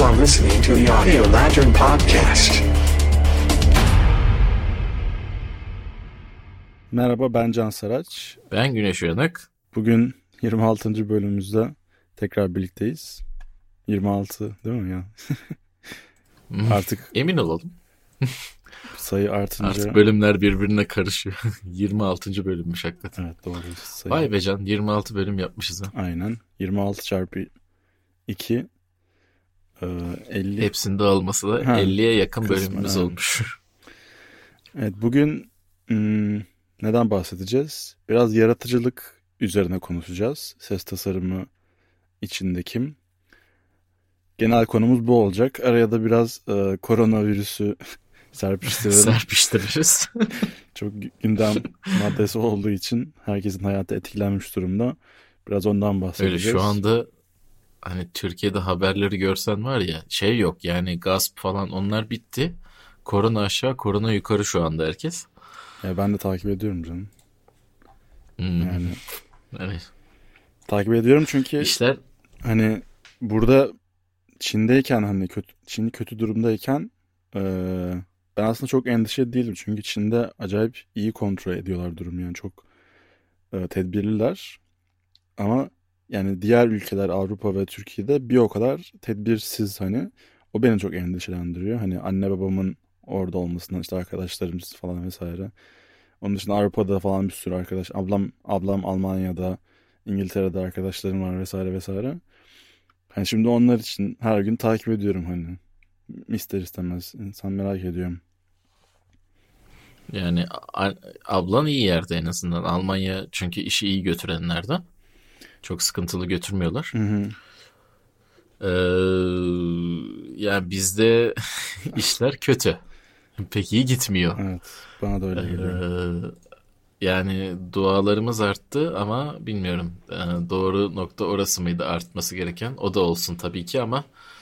are listening to the Audio Lantern Podcast. Merhaba, ben Can Saraç. Ben Güneş Uyanık. Bugün 26. bölümümüzde tekrar birlikteyiz. 26 değil mi ya? Artık emin olalım. sayı artınca... Artık bölümler birbirine karışıyor. 26. bölümmüş hakikaten. Evet, doğru. Sayı. Vay be Can, 26 bölüm yapmışız ha. Aynen. 26 çarpı 2 50. Hepsinde olması da 50'ye yakın kısmen, bölümümüz evet. olmuş. Evet, bugün neden bahsedeceğiz? Biraz yaratıcılık üzerine konuşacağız. Ses tasarımı içinde kim? Genel konumuz bu olacak. Araya da biraz koronavirüsü serpiştirelim. Serpiştiririz. Çok gündem maddesi olduğu için herkesin hayatı etkilenmiş durumda. Biraz ondan bahsedeceğiz. Öyle şu anda hani Türkiye'de haberleri görsen var ya, şey yok yani, gasp falan, onlar bitti. Korona aşağı, korona yukarı şu anda herkes. Ya ben de takip ediyorum canım. Yani Evet. takip ediyorum çünkü İşler hani burada Çin'deyken, hani Çin kötü durumdayken ben aslında çok endişe değilim. Çünkü Çin'de acayip iyi kontrol ediyorlar durumu. Yani çok tedbirliler. Ama yani diğer ülkeler, Avrupa ve Türkiye'de bir o kadar tedbirsiz hani. O beni çok endişelendiriyor. Hani anne babamın orada olmasından, işte arkadaşlarımız falan vesaire. Onun dışında Avrupa'da falan bir sürü arkadaş. Ablam Almanya'da, İngiltere'de arkadaşlarım var vesaire vesaire. Hani şimdi onlar için her gün takip ediyorum hani. İster istemez insan merak ediyorum. yani ablan iyi yerde en azından. Almanya çünkü işi iyi götürenlerden. Çok sıkıntılı götürmüyorlar. Hı hı. Yani bizde işler kötü. Pek iyi gitmiyor. Evet, bana da öyle geliyor. Yani dualarımız arttı ama bilmiyorum. Doğru nokta orası mıydı artması gereken? O da olsun tabii ki ama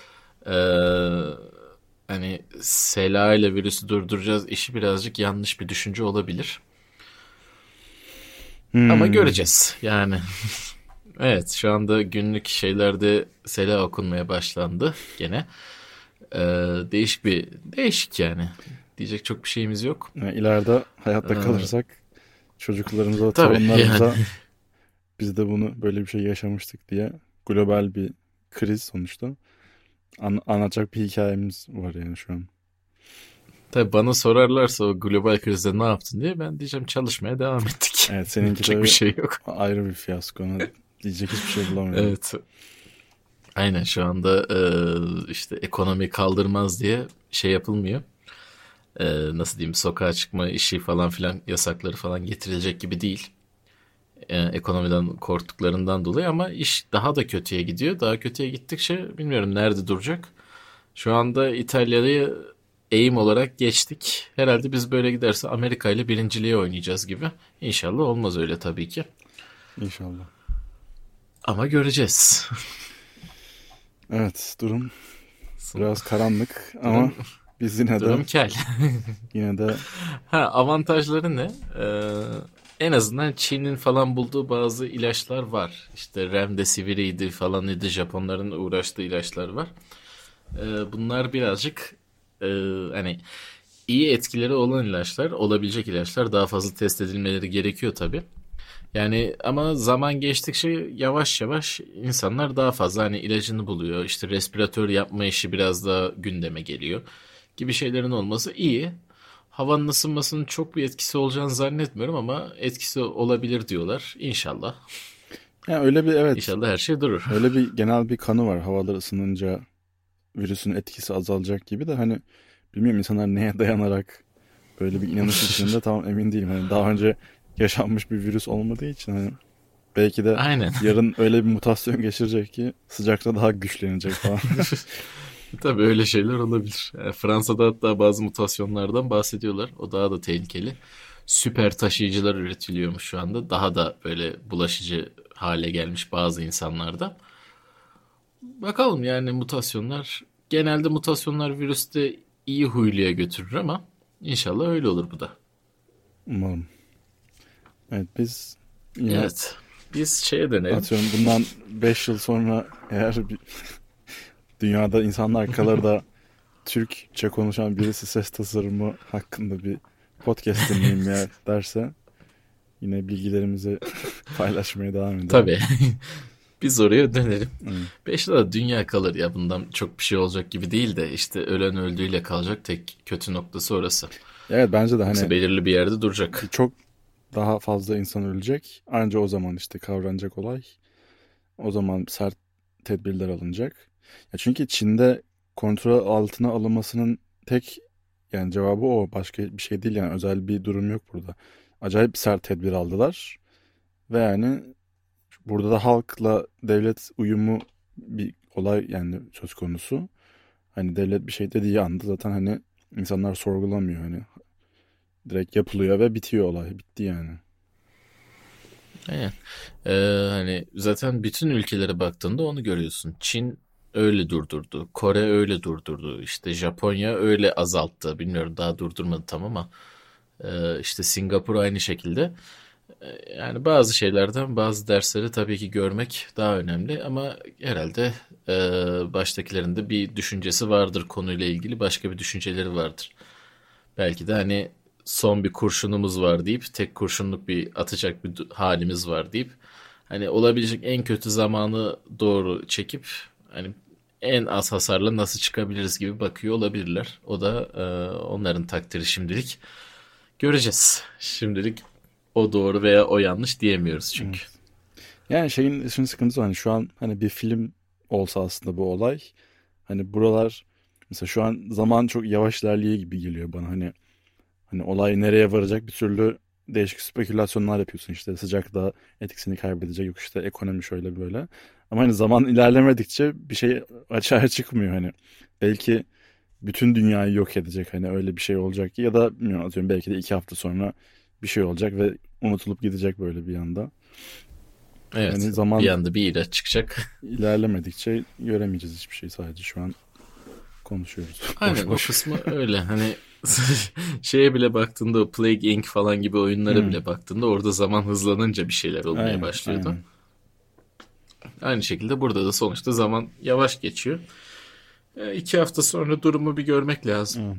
hani Sela ile virüsü durduracağız işi birazcık yanlış bir düşünce olabilir. Ama göreceğiz yani. Evet, şu anda günlük şeylerde Sela okunmaya başlandı gene. Değişik yani. Diyecek çok bir şeyimiz yok. Yani ileride hayatta kalırsak çocuklarımıza, Tabii, torunlarımıza yani. biz de bunu böyle bir şey yaşamıştık diye global bir kriz sonuçta. Anlatacak bir hikayemiz var yani şu an. Tabii bana sorarlarsa o global krizde ne yaptın diye, ben diyeceğim çalışmaya devam ettik. Evet, seninki Yapacak tabii bir şey yok. ayrı bir fiyasko. Ona diyecek hiçbir şey bulamıyorum. Evet. Aynen, şu anda işte ekonomi kaldırmaz diye şey yapılmıyor. Nasıl diyeyim, sokağa çıkma işi falan filan, yasakları falan getirilecek gibi değil. Ekonomiden korktuklarından dolayı, ama iş daha da kötüye gidiyor. Daha kötüye gittikçe bilmiyorum nerede duracak. Şu anda İtalya'yı eğim olarak geçtik. Herhalde biz böyle giderse Amerika ile birinciliğe oynayacağız gibi. İnşallah olmaz öyle tabii ki. İnşallah. Ama göreceğiz. Evet, durum biraz karanlık ama biz yine Durum de kel. yine de Avantajları ne? En azından Çin'in falan bulduğu bazı ilaçlar var. İşte Remdesivir'iydi falan idi, Japonların uğraştığı ilaçlar var. Bunlar birazcık hani iyi etkileri olan ilaçlar, olabilecek ilaçlar, daha fazla test edilmeleri gerekiyor tabii. Yani ama zaman geçtikçe yavaş yavaş insanlar daha fazla hani ilacını buluyor. İşte respiratör yapma işi biraz daha gündeme geliyor gibi şeylerin olması iyi. Havanın ısınmasının çok bir etkisi olacağını zannetmiyorum ama etkisi olabilir diyorlar. İnşallah. yani öyle bir, evet. İnşallah her şey durur. Öyle bir genel bir kanı var. Havalar ısınınca virüsün etkisi azalacak gibi de, hani bilmiyorum insanlar neye dayanarak böyle bir inanış içinde, tam emin değilim. Hani daha önce yaşanmış bir virüs olmadığı için hani belki de Aynen. yarın öyle bir mutasyon geçirecek ki sıcakta daha güçlenecek falan. Tabii öyle şeyler olabilir. Fransa'da hatta bazı mutasyonlardan bahsediyorlar. O daha da tehlikeli. Süper taşıyıcılar üretiliyormuş şu anda. Daha da böyle bulaşıcı hale gelmiş bazı insanlarda. Bakalım yani, mutasyonlar. Genelde mutasyonlar virüste iyi huyluya götürür ama inşallah öyle olur bu da. Umarım. Evet, biz yine Evet. Biz şeye dönelim. atıyorum bundan 5 yıl sonra eğer bir dünyada insanlar kalır da Türkçe konuşan birisi ses tasarımı hakkında bir podcast dinleyeyim ya derse yine bilgilerimizi paylaşmaya devam edelim. Tabii. Biz oraya dönelim. Hı. 5 yılda dünya kalır ya, bundan çok bir şey olacak gibi değil de işte ölen öldüğüyle kalacak, tek kötü noktası orası. Evet, bence de Yoksa hani belirli bir yerde duracak. çok daha fazla insan ölecek. Anca o zaman işte kavranacak olay. O zaman sert tedbirler alınacak. Ya çünkü Çin'de kontrol altına alınmasının tek yani cevabı o. Başka bir şey değil yani, özel bir durum yok burada. Acayip sert tedbir aldılar. Ve yani burada da halkla devlet uyumu bir olay yani söz konusu. Hani devlet bir şey dediği anda zaten hani insanlar sorgulamıyor, hani direkt yapılıyor ve bitiyor olay. Bitti yani. Aynen. Hani zaten bütün ülkelere baktığında onu görüyorsun. Çin öyle durdurdu. Kore öyle durdurdu. İşte Japonya öyle azalttı. Bilmiyorum, daha durdurmadı tam ama işte Singapur aynı şekilde. Yani bazı şeylerden bazı dersleri tabii ki görmek daha önemli ama herhalde baştakilerin de bir düşüncesi vardır konuyla ilgili, başka bir düşünceleri vardır. Belki de hani son bir kurşunumuz var deyip, tek kurşunluk bir atacak bir halimiz var deyip hani olabilecek en kötü zamanı doğru çekip hani en az hasarla nasıl çıkabiliriz gibi bakıyor olabilirler. O da onların takdiri şimdilik. Göreceğiz. Şimdilik o doğru veya o yanlış diyemiyoruz çünkü. Evet. Yani şeyin işin sıkıntısı hani şu an hani bir film olsa aslında bu olay. Hani buralar mesela şu an zaman çok yavaş ilerliyor gibi geliyor bana. Hani olay nereye varacak bir türlü değişik spekülasyonlar yapıyorsun. İşte sıcak da etkisini kaybedecek, yok işte ekonomi şöyle böyle. Ama hani zaman ilerlemedikçe bir şey açığa çıkmıyor hani. Belki bütün dünyayı yok edecek, hani öyle bir şey olacak ki, ya da bilmiyorum, atıyorum belki de 2 hafta sonra bir şey olacak ve unutulup gidecek böyle bir anda. Evet, Yani bir zaman anda bir ilaç çıkacak. ilerlemedikçe göremeyeceğiz hiçbir şey, sadece şu an konuşuyoruz. Aynen, Boş o boş. kısmı öyle. Hani şeye bile baktığında, o Plague Inc. falan gibi oyunlara Hmm. bile baktığında orada zaman hızlanınca bir şeyler olmaya Aynen, başlıyordu. aynen. Aynı şekilde burada da sonuçta zaman yavaş geçiyor. 2 hafta sonra durumu bir görmek lazım. Evet.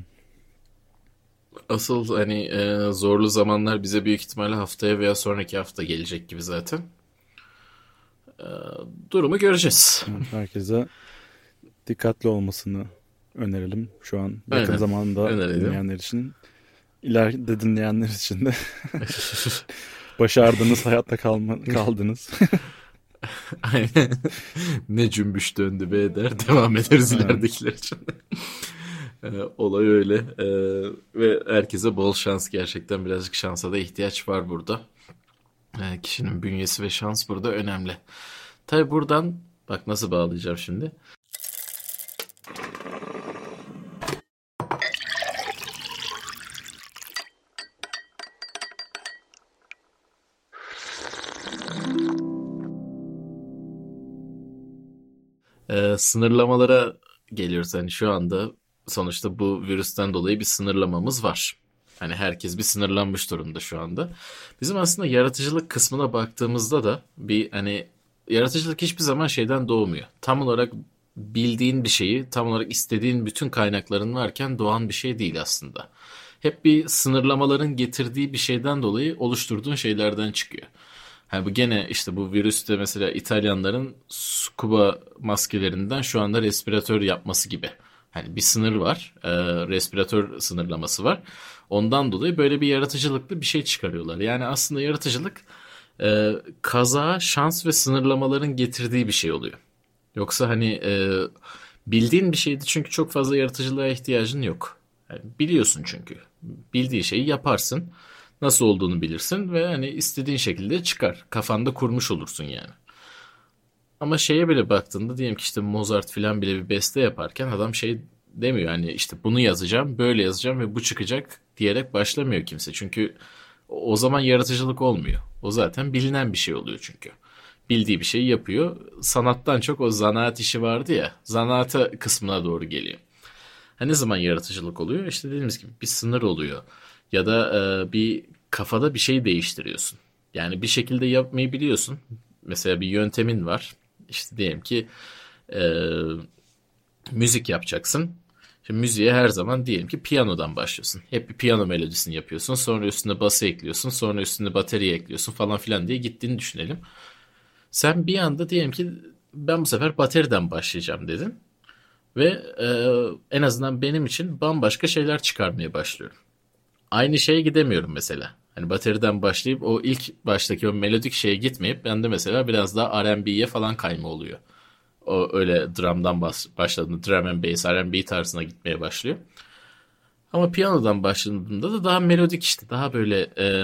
Asıl hani zorlu zamanlar bize büyük ihtimalle haftaya veya sonraki hafta gelecek gibi zaten. E, Durumu göreceğiz. Evet, herkese dikkatli olmasını önerelim şu an yakın Aynen. zamanda Önerelim. dinleyenler için. İleride dinleyenler için de başardınız, hayatta kaldınız. Aynen. Ne cümbüş döndü be der. Devam ederiz Evet. ileridekiler için. Olay öyle. Ve herkese bol şans. Gerçekten birazcık şansa da ihtiyaç var burada. Kişinin bünyesi ve şans burada önemli. Tabi buradan bak nasıl bağlayacağım şimdi. Sınırlamalara geliyoruz. Hani şu anda sonuçta bu virüsten dolayı bir sınırlamamız var. Hani herkes bir sınırlanmış durumda şu anda. Bizim aslında yaratıcılık kısmına baktığımızda da bir hani yaratıcılık hiçbir zaman şeyden doğmuyor. Tam olarak bildiğin bir şeyi, tam olarak istediğin bütün kaynakların varken doğan bir şey değil aslında. Hep bir sınırlamaların getirdiği bir şeyden dolayı oluşturduğun şeylerden çıkıyor. Ha, bu gene işte bu virüste mesela İtalyanların scuba maskelerinden şu anda respiratör yapması gibi. Hani bir sınır var. Respiratör sınırlaması var. Ondan dolayı böyle bir yaratıcılıklı bir şey çıkarıyorlar. Yani aslında yaratıcılık kaza, şans ve sınırlamaların getirdiği bir şey oluyor. Yoksa hani bildiğin bir şeydi çünkü çok fazla yaratıcılığa ihtiyacın yok. Yani biliyorsun çünkü. Bildiği şeyi yaparsın. Nasıl olduğunu bilirsin ve hani istediğin şekilde çıkar. Kafanda kurmuş olursun yani. Ama şeye bile baktığında diyelim ki işte Mozart filan bile bir beste yaparken adam şey demiyor. Hani işte bunu yazacağım, böyle yazacağım ve bu çıkacak diyerek başlamıyor kimse. Çünkü o zaman yaratıcılık olmuyor. O zaten bilinen bir şey oluyor çünkü. Bildiği bir şeyi yapıyor. Sanattan çok o zanaat işi vardı ya. Zanaata kısmına doğru geliyor. Ha, ne zaman yaratıcılık oluyor? İşte dediğimiz gibi bir sınır oluyor. Ya da bir kafada bir şey değiştiriyorsun. Yani bir şekilde yapmayı biliyorsun. Mesela bir yöntemin var. İşte diyelim ki e, Müzik yapacaksın. Şimdi müziğe her zaman diyelim ki piyanodan başlıyorsun. Hep bir piyano melodisini yapıyorsun. Sonra üstüne bası ekliyorsun. Sonra üstüne bateriye ekliyorsun falan filan diye gittiğini düşünelim. Sen bir anda diyelim ki ben bu sefer bateriden başlayacağım dedin. Ve en azından benim için bambaşka şeyler çıkarmaya başlıyorum. Aynı şeye gidemiyorum mesela. Hani bateriden başlayıp o ilk baştaki o melodik şeye gitmeyip bende mesela biraz daha R&B'ye falan kayma oluyor. O öyle drum'dan başladığında drum and bass, R&B tarzına gitmeye başlıyor. Ama piyanodan başladığında da daha melodik işte. Daha böyle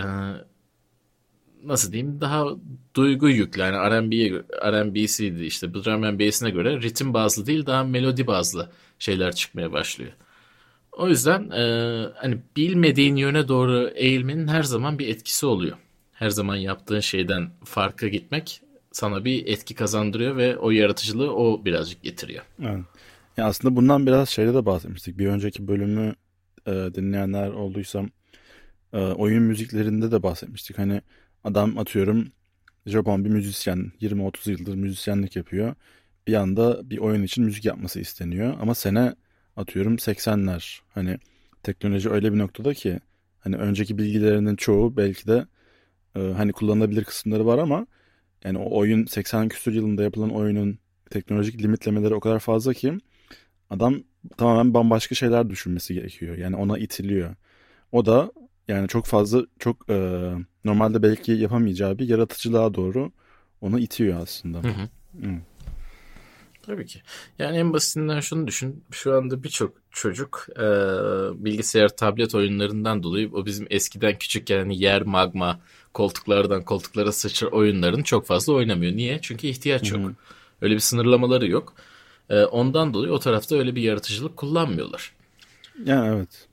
nasıl diyeyim daha duygu yüklü. Yani R&B'siydi işte drum and bass'ine göre ritim bazlı değil daha melodi bazlı şeyler çıkmaya başlıyor. O yüzden hani bilmediğin yöne doğru eğilmenin her zaman bir etkisi oluyor. Her zaman yaptığın şeyden farka gitmek sana bir etki kazandırıyor ve o yaratıcılığı o birazcık getiriyor. Evet. Ya aslında bundan biraz şeyde de bahsetmiştik. Bir önceki bölümü dinleyenler olduysa oyun müziklerinde de bahsetmiştik. Hani adam atıyorum Japon bir müzisyen 20-30 yıldır müzisyenlik yapıyor. Bir anda bir oyun için müzik yapması isteniyor. Ama sene atıyorum 80'ler. Hani teknoloji öyle bir noktada ki hani önceki bilgilerinin çoğu belki de hani kullanılabilir kısımları var ama yani o oyun 80 küsur yılında yapılan oyunun teknolojik limitlemeleri o kadar fazla ki adam tamamen bambaşka şeyler düşünmesi gerekiyor. Yani ona itiliyor. O da yani çok fazla çok normalde belki yapamayacağı bir yaratıcılığa doğru onu itiyor aslında. Hı hı. Hı. Tabii ki. Yani en basitinden şunu düşün. Şu anda birçok çocuk bilgisayar, tablet oyunlarından dolayı o bizim eskiden küçükken hani yer magma, koltuklardan koltuklara sıçrar oyunların çok fazla oynamıyor. Niye? Çünkü ihtiyaç yok. Hı. Öyle bir sınırlamaları yok. Ondan dolayı o tarafta öyle bir yaratıcılık kullanmıyorlar. Yani evet.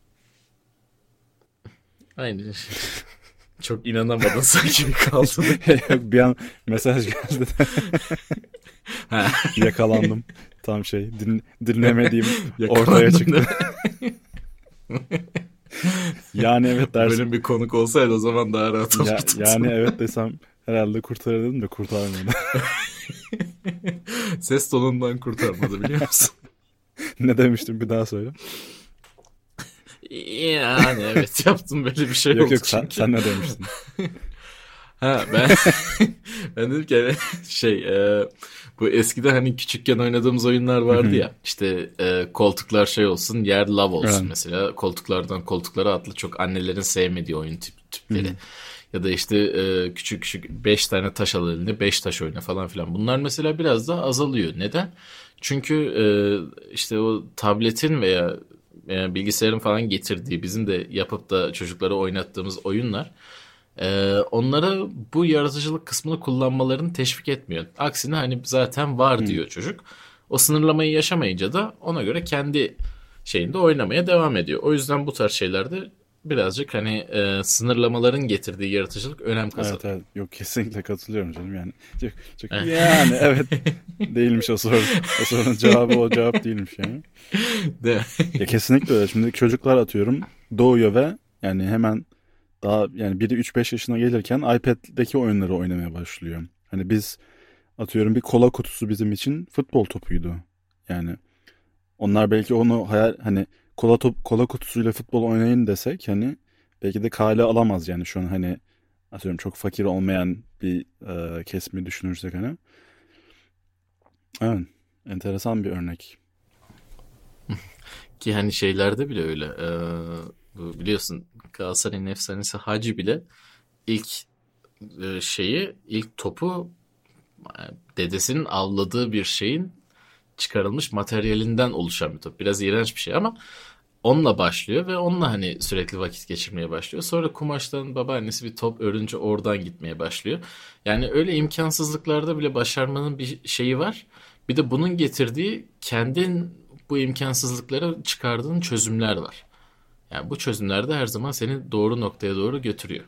Aynen. Çok inanamadın sanki bir kaldın. Yok, bir an mesaj geldi de Ha, yakalandım. Tam şey dinlemediğim ortaya yakalandın çıktı. değil Yani evet dersin. Benim bir konuk olsaydı o zaman daha rahat Ya, olurdum. yani evet desem herhalde kurtarırdım da kurtarmadı. Ses tonundan kurtarmadı biliyor musun? Ne demiştim bir daha söyle. Yani evet yaptım böyle bir şey Yok oldu yok sen, çünkü. sen ne demiştin? Ha ben ben dedim ki hani bu eskiden hani küçükken oynadığımız oyunlar vardı ya işte koltuklar şey olsun yer lav olsun Evet. mesela koltuklardan koltuklara atla çok annelerin sevmediği oyun tipleri. Ya da işte küçük küçük 5 tane taş al eline 5 taş oyna falan filan. Bunlar mesela biraz daha azalıyor. Neden? Çünkü işte o tabletin veya bilgisayarın falan getirdiği bizim de yapıp da çocuklara oynattığımız oyunlar onlara bu yaratıcılık kısmını kullanmalarını teşvik etmiyor. Aksine hani zaten var diyor çocuk. O sınırlamayı yaşamayınca da ona göre kendi şeyinde oynamaya devam ediyor. O yüzden bu tarz şeylerde birazcık hani sınırlamaların getirdiği yaratıcılık önem Evet kazanıyor. evet yok kesinlikle katılıyorum canım yani. Çok yani evet değilmiş o soru. O sorunun cevabı o cevap değilmiş yani. Değil mi? Ya kesinlikle öyle. Şimdi çocuklar atıyorum doğuyor ve yani hemen daha yani biri 3-5 yaşına gelirken iPad'deki oyunları oynamaya başlıyor. Hani biz atıyorum bir kola kutusu bizim için futbol topuydu. Yani onlar belki onu hayal hani kola kutusuyla futbol oynayın desek hani belki de kale alamaz yani şu an hani atıyorum çok fakir olmayan bir kesimi düşünürsek hani. Evet, enteresan bir örnek. Ki hani şeylerde bile öyle. Bu biliyorsun Galatasaray'ın efsanesi Hacı bile ilk ilk topu dedesinin avladığı bir şeyin çıkarılmış materyalinden oluşan bir top. Biraz iğrenç bir şey ama onunla başlıyor ve onunla hani sürekli vakit geçirmeye başlıyor. Sonra kumaştan babaannesi bir top örünce oradan gitmeye başlıyor. Yani öyle imkansızlıklarda bile başarmanın bir şeyi var. Bir de bunun getirdiği kendin bu imkansızlıklara çıkardığın çözümler var. Yani bu çözümler de her zaman seni doğru noktaya doğru götürüyor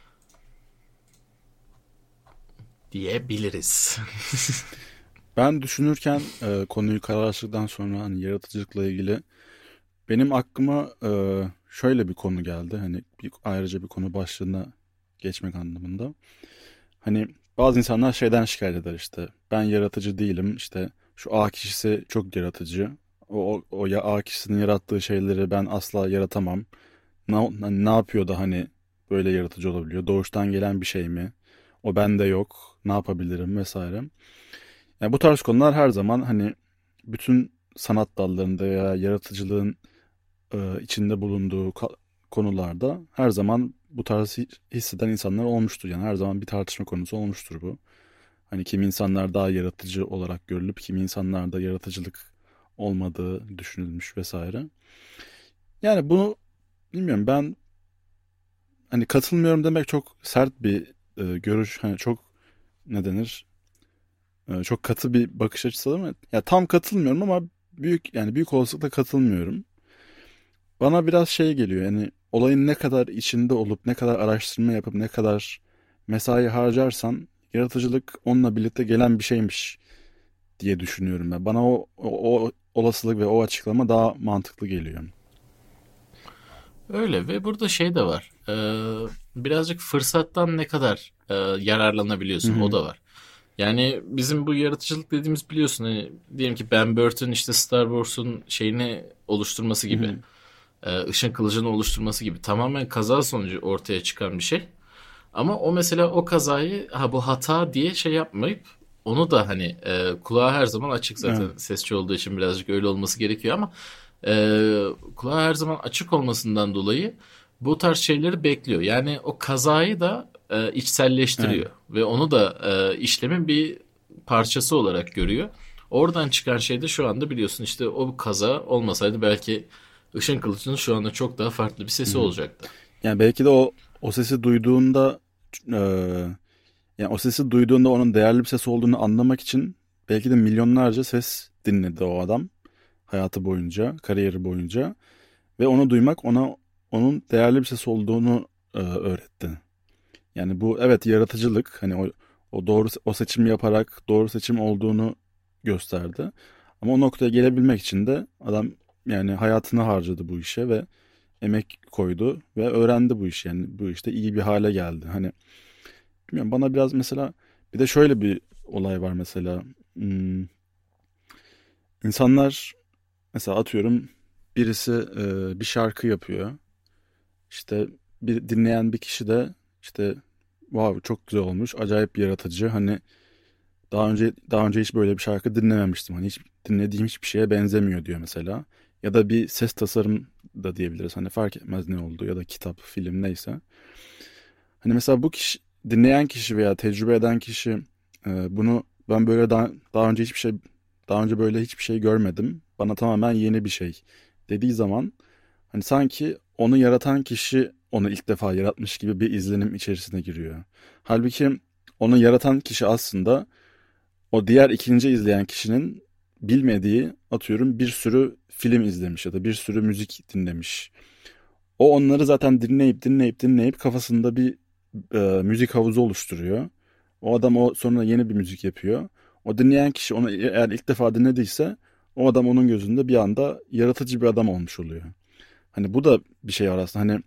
diyebiliriz. Ben düşünürken konuyu kararlaştıktan sonra hani yaratıcılıkla ilgili benim aklıma şöyle bir konu geldi. Hani ayrıca bir konu başlığına geçmek anlamında. Hani bazı insanlar şeyden şikayet eder işte. Ben yaratıcı değilim. İşte şu A kişisi çok yaratıcı. O ya A kişisinin yarattığı şeyleri ben asla yaratamam. Ne yapıyor da hani böyle yaratıcı olabiliyor? Doğuştan gelen bir şey mi? O bende yok. Ne yapabilirim vesaire. Yani bu tarz konular her zaman hani bütün sanat dallarında ya yaratıcılığın içinde bulunduğu konularda her zaman bu tarz hisseden insanlar olmuştur. Yani her zaman bir tartışma konusu olmuştur bu. Hani kimi insanlar daha yaratıcı olarak görülüp kimi insanlarda yaratıcılık olmadığı düşünülmüş vesaire. Yani bunu bilmiyorum, ben hani katılmıyorum demek çok sert bir görüş. Hani çok ne denir? Çok katı bir bakış açısı ama ya tam katılmıyorum ama büyük olasılıkla katılmıyorum. Bana biraz şey geliyor, yani olayın ne kadar içinde olup ne kadar araştırma yapıp ne kadar mesai harcarsan yaratıcılık onunla birlikte gelen bir şeymiş diye düşünüyorum ben. Bana o olasılık ve o açıklama daha mantıklı geliyor. Öyle ve burada şey de var. Birazcık fırsattan ne kadar Hı yararlanabiliyorsun, o hı. da var. Yani bizim bu yaratıcılık dediğimiz, biliyorsun, hani diyelim ki Ben Burton işte Star Wars'un şeyini oluşturması Hı gibi, hı. ışın kılıcını oluşturması gibi tamamen kaza sonucu ortaya çıkan bir şey. Ama o mesela o kazayı bu hata diye şey yapmayıp onu da hani kulağa her zaman açık, zaten Evet. sesçi olduğu için birazcık öyle olması gerekiyor ama e, kulağa her zaman açık olmasından dolayı bu tarz şeyleri bekliyor. Yani o kazayı da Evet. içselleştiriyor ve onu da işlemin bir parçası olarak görüyor. Oradan çıkan şey de şu anda biliyorsun, işte o kaza olmasaydı belki Işın Kılıç'ın şu anda çok daha farklı bir Hı sesi hı. olacaktı. Yani belki de o sesi duyduğunda eee, yani o sesi duyduğunda onun değerli bir ses olduğunu anlamak için belki de milyonlarca ses dinledi o adam hayatı boyunca, kariyeri boyunca ve onu duymak ona onun değerli bir ses olduğunu öğretti. Yani bu evet yaratıcılık, hani o doğru o seçimi yaparak doğru seçim olduğunu gösterdi. Ama o noktaya gelebilmek için de adam yani hayatını harcadı bu işe ve emek koydu ve öğrendi bu işi. Yani bu işte iyi bir hale geldi. Hani bilmiyorum, bana biraz mesela bir de şöyle bir olay var mesela. Hmm, insanlar mesela atıyorum birisi bir şarkı yapıyor. İşte bir dinleyen bir kişi de işte wow çok güzel olmuş, acayip yaratıcı. Hani daha önce hiç böyle bir şarkı dinlememiştim. Hani hiç dinlediğim hiçbir şeye benzemiyor diyor mesela. Ya da bir ses tasarım da diyebiliriz. Hani fark etmez ne oldu, ya da kitap, film neyse. Hani mesela bu kişi, dinleyen kişi veya tecrübe eden kişi bunu ben böyle daha önce böyle hiçbir şey görmedim. Bana tamamen yeni bir şey dediği zaman hani sanki onu yaratan kişi onu ilk defa yaratmış gibi bir izlenim içerisine giriyor. Halbuki onu yaratan kişi aslında o diğer ikinci izleyen kişinin bilmediği atıyorum bir sürü film izlemiş ya da bir sürü müzik dinlemiş. O onları zaten dinleyip kafasında bir müzik havuzu oluşturuyor. O adam sonra yeni bir müzik yapıyor. O dinleyen kişi onu eğer ilk defa dinlediyse o adam onun gözünde bir anda yaratıcı bir adam olmuş oluyor. Hani bu da bir şey var aslında. Hani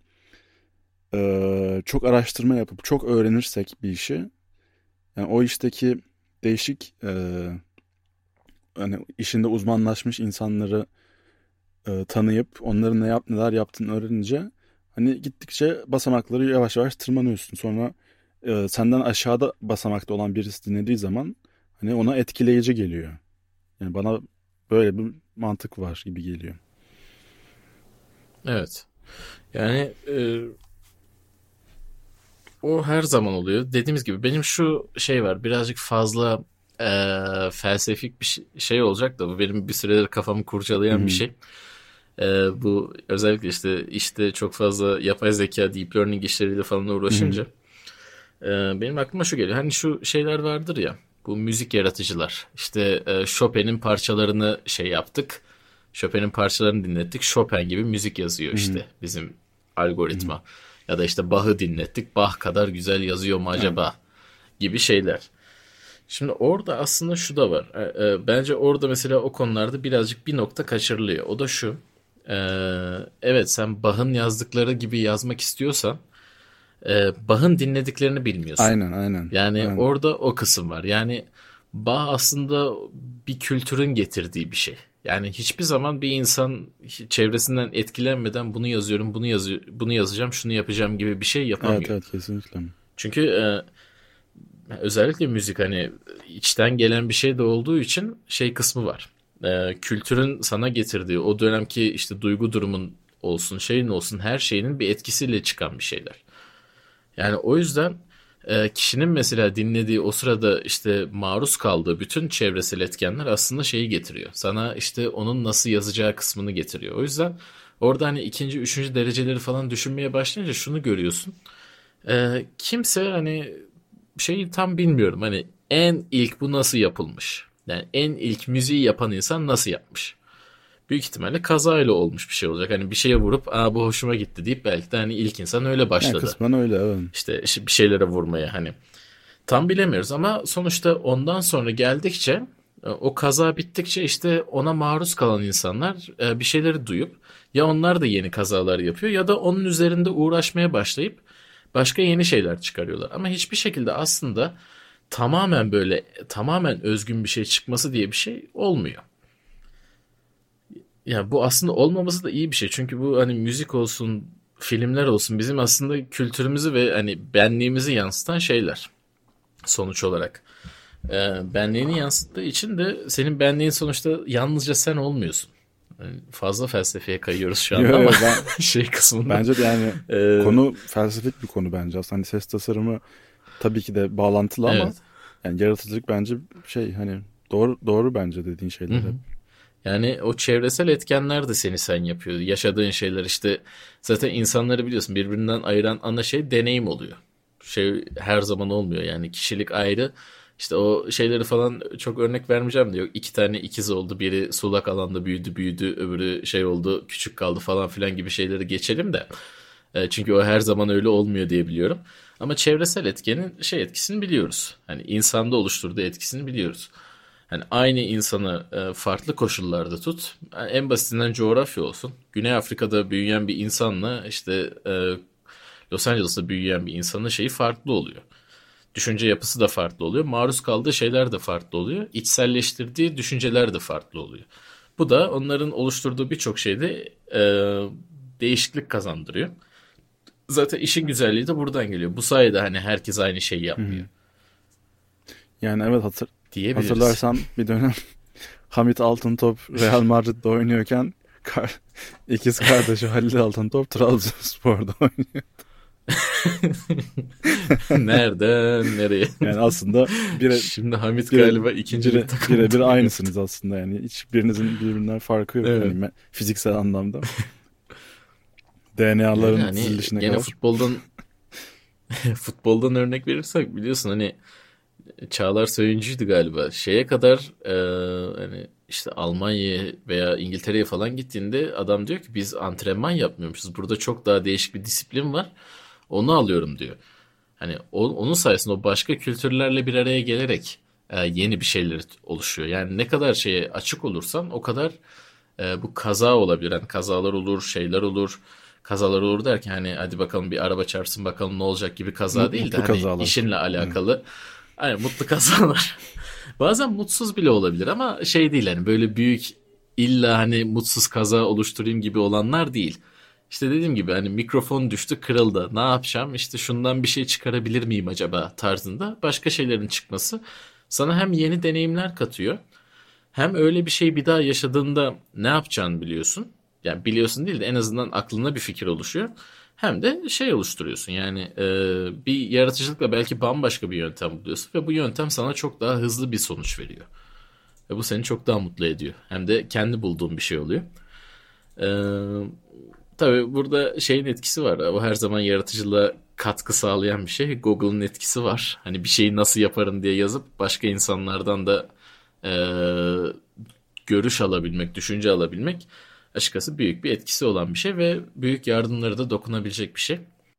çok araştırma yapıp çok öğrenirsek bir işi, yani o işteki değişik hani işinde uzmanlaşmış insanları tanıyıp onların neler yaptığını öğrenince hani gittikçe basamakları yavaş yavaş tırmanıyorsun. Sonra senden aşağıda basamakta olan birisi dinlediği zaman hani ona etkileyici geliyor. Yani bana böyle bir mantık var gibi geliyor. Evet. Yani o her zaman oluyor. Dediğimiz gibi benim şu şey var. Birazcık fazla felsefik bir şey olacak da bu benim bir süredir kafamı Hı kurcalayan bir hı. şey. Bu özellikle işte çok fazla yapay zeka, deep learning işleriyle falan Hı hı. uğraşınca benim aklıma şu geliyor. Hani şu şeyler vardır ya. Bu müzik yaratıcılar. İşte Chopin'in parçalarını şey yaptık. Chopin'in parçalarını dinlettik. Chopin gibi müzik yazıyor Hı hı. işte bizim Hı hı. algoritma. Ya da işte Bach'ı dinlettik. Bach kadar güzel yazıyor mu Evet. acaba gibi şeyler. Şimdi orada aslında şu da var. Bence orada mesela o konularda birazcık bir nokta kaçırılıyor. O da şu. E, evet, sen Bach'ın yazdıkları gibi yazmak istiyorsan Bach'ın dinlediklerini bilmiyorsun. Aynen. Yani Aynen. orada o kısım var. Yani Bach aslında bir kültürün getirdiği bir şey. Yani hiçbir zaman bir insan çevresinden etkilenmeden bunu yazıyorum, bunu yazacağım, şunu yapacağım gibi bir şey Evet, yapamıyor. evet, kesinlikle. Çünkü özellikle müzik hani içten gelen bir şey de olduğu için şey kısmı var. Kültürün sana getirdiği o dönemki işte duygu durumun olsun, şeyin olsun, her şeyinin bir etkisiyle çıkan bir şeyler. Yani o yüzden kişinin mesela dinlediği o sırada işte maruz kaldığı bütün çevresel etkenler aslında şeyi getiriyor. Sana işte onun nasıl yazacağı kısmını getiriyor. O yüzden orada hani ikinci, üçüncü dereceleri falan düşünmeye başlayınca şunu görüyorsun. Kimse hani şeyi tam bilmiyorum. Hani en ilk bu nasıl yapılmış? Yani en ilk müziği yapan insan nasıl yapmış? Büyük ihtimalle kazayla olmuş bir şey olacak. Hani bir şeye vurup bu hoşuma gitti deyip belki de hani ilk insan öyle Yani başladı. kısmen öyle, evet. İşte bir şeylere vurmaya hani. Tam bilemiyoruz ama sonuçta ondan sonra geldikçe o kaza bittikçe işte ona maruz kalan insanlar bir şeyleri duyup ya onlar da yeni kazalar yapıyor ya da onun üzerinde uğraşmaya başlayıp başka yeni şeyler çıkarıyorlar. Ama hiçbir şekilde aslında tamamen böyle tamamen özgün bir şey çıkması diye bir şey olmuyor. Ya bu aslında olmaması da iyi bir şey. Çünkü bu hani müzik olsun, filmler olsun bizim aslında kültürümüzü ve hani benliğimizi yansıtan şeyler sonuç olarak. Benliğini yansıttığı için de senin benliğin sonuçta yalnızca sen olmuyorsun. Yani fazla felsefeye kayıyoruz şu anda Yo, ama ben şey kısmında. bence de yani Ee, konu felsefik bir konu bence. Aslında hani ses tasarımı tabii ki de bağlantılı ama evet. yani yaratıcılık bence şey, hani doğru bence dediğin Hı şeyler hı. hep. Yani o çevresel etkenler de seni sen yapıyor. Yaşadığın şeyler işte zaten insanları biliyorsun birbirinden ayıran ana şey deneyim oluyor. Şey her zaman olmuyor yani kişilik ayrı. İşte o şeyleri falan çok örnek vermeyeceğim de yok. İki tane ikiz oldu. Biri sulak alanda büyüdü. Öbürü şey oldu küçük kaldı falan filan gibi şeyleri geçelim de. Çünkü o her zaman öyle olmuyor diye biliyorum. Ama çevresel etkenin şey etkisini biliyoruz. Hani insanda oluşturduğu etkisini biliyoruz. Hani aynı insanı farklı koşullarda tut. Yani en basitinden coğrafya olsun. Güney Afrika'da büyüyen bir insanla işte Los Angeles'ta büyüyen bir insanın şeyi farklı oluyor. Düşünce yapısı da farklı oluyor. Maruz kaldığı şeyler de farklı oluyor. İçselleştirdiği düşünceler de farklı oluyor. Bu da onların oluşturduğu birçok şeyde değişiklik kazandırıyor. Zaten işin güzelliği de buradan geliyor. Bu sayede hani herkes aynı şeyi Hı yapmıyor hı. Yani evet, diyebiliriz. hatırlarsan bir dönem Hamit Altıntop Real Madrid'de oynuyorken ikiz kardeşi Halil Altıntop Trabzonspor'da oynuyor. Nereden nereye? Yani aslında Şimdi Hamit galiba ikincilik takımında birebir oynuyor. aynısınız aslında, yani hiçbirinizin birbirinden farkı yok Evet. yani fiziksel anlamda. Yani DNA'ların hani dizilişine gene kadar. futboldan örnek verirsek biliyorsun hani Çağlar Söyüncü'ydü galiba. Şeye kadar hani işte Almanya'ya veya İngiltere'ye falan gittiğinde adam diyor ki biz antrenman yapmıyormuşuz. Burada çok daha değişik bir disiplin var. Onu alıyorum diyor. Hani onun sayesinde o başka kültürlerle bir araya gelerek yeni bir şeyler oluşuyor. Yani ne kadar şeye açık olursan o kadar bu kaza olabilir. Yani kazalar olur, şeyler olur. Kazalar olur derken hani hadi bakalım bir araba çarpsın bakalım ne olacak gibi kaza değil de Mutlu hani kazalar. işinle Hı. alakalı. Hani mutlu kazalar. Bazen mutsuz bile olabilir ama şey değil hani böyle büyük illa hani mutsuz kaza oluşturayım gibi olanlar değil. İşte dediğim gibi hani mikrofon düştü kırıldı. Ne yapacağım? İşte şundan bir şey çıkarabilir miyim acaba tarzında başka şeylerin çıkması sana hem yeni deneyimler katıyor. Hem öyle bir şey bir daha yaşadığında ne yapacağını biliyorsun. Yani biliyorsun değil de en azından aklına bir fikir oluşuyor. Hem de şey oluşturuyorsun yani bir yaratıcılıkla belki bambaşka bir yöntem buluyorsun ve bu yöntem sana çok daha hızlı bir sonuç veriyor. Ve bu seni çok daha mutlu ediyor. Hem de kendi bulduğun bir şey oluyor. E, tabii burada şeyin etkisi var. O her zaman yaratıcılığa katkı sağlayan bir şey. Google'ın etkisi var. Hani bir şeyi nasıl yaparım diye yazıp başka insanlardan da e, görüş alabilmek, düşünce alabilmek açıkçası büyük bir etkisi olan bir şey ve büyük yardımları da dokunabilecek bir şey.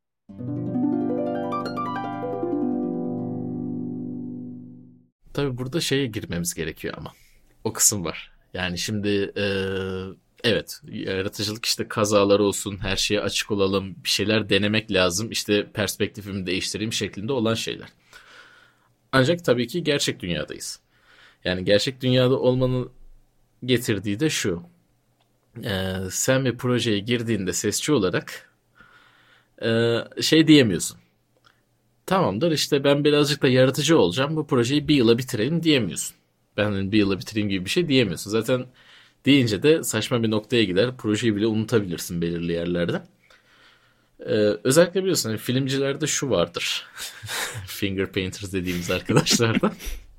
Tabii burada şeye girmemiz gerekiyor ama. O kısım var. Yani şimdi evet yaratıcılık işte kazalar olsun, her şeye açık olalım, bir şeyler denemek lazım, işte perspektifimi değiştireyim şeklinde olan şeyler. Ancak tabii ki gerçek dünyadayız. Yani gerçek dünyada olmanın getirdiği de şu. Sen bir projeye girdiğinde sesçi olarak şey diyemiyorsun. Tamamdır işte ben birazcık da yaratıcı olacağım. Bu projeyi bir yıla bitirelim diyemiyorsun. Ben bir yıla bitireyim gibi bir şey diyemiyorsun. Zaten deyince de saçma bir noktaya gider. Projeyi bile unutabilirsin belirli yerlerde. Özellikle biliyorsun hani filmcilerde şu vardır. Finger painters dediğimiz arkadaşlardan.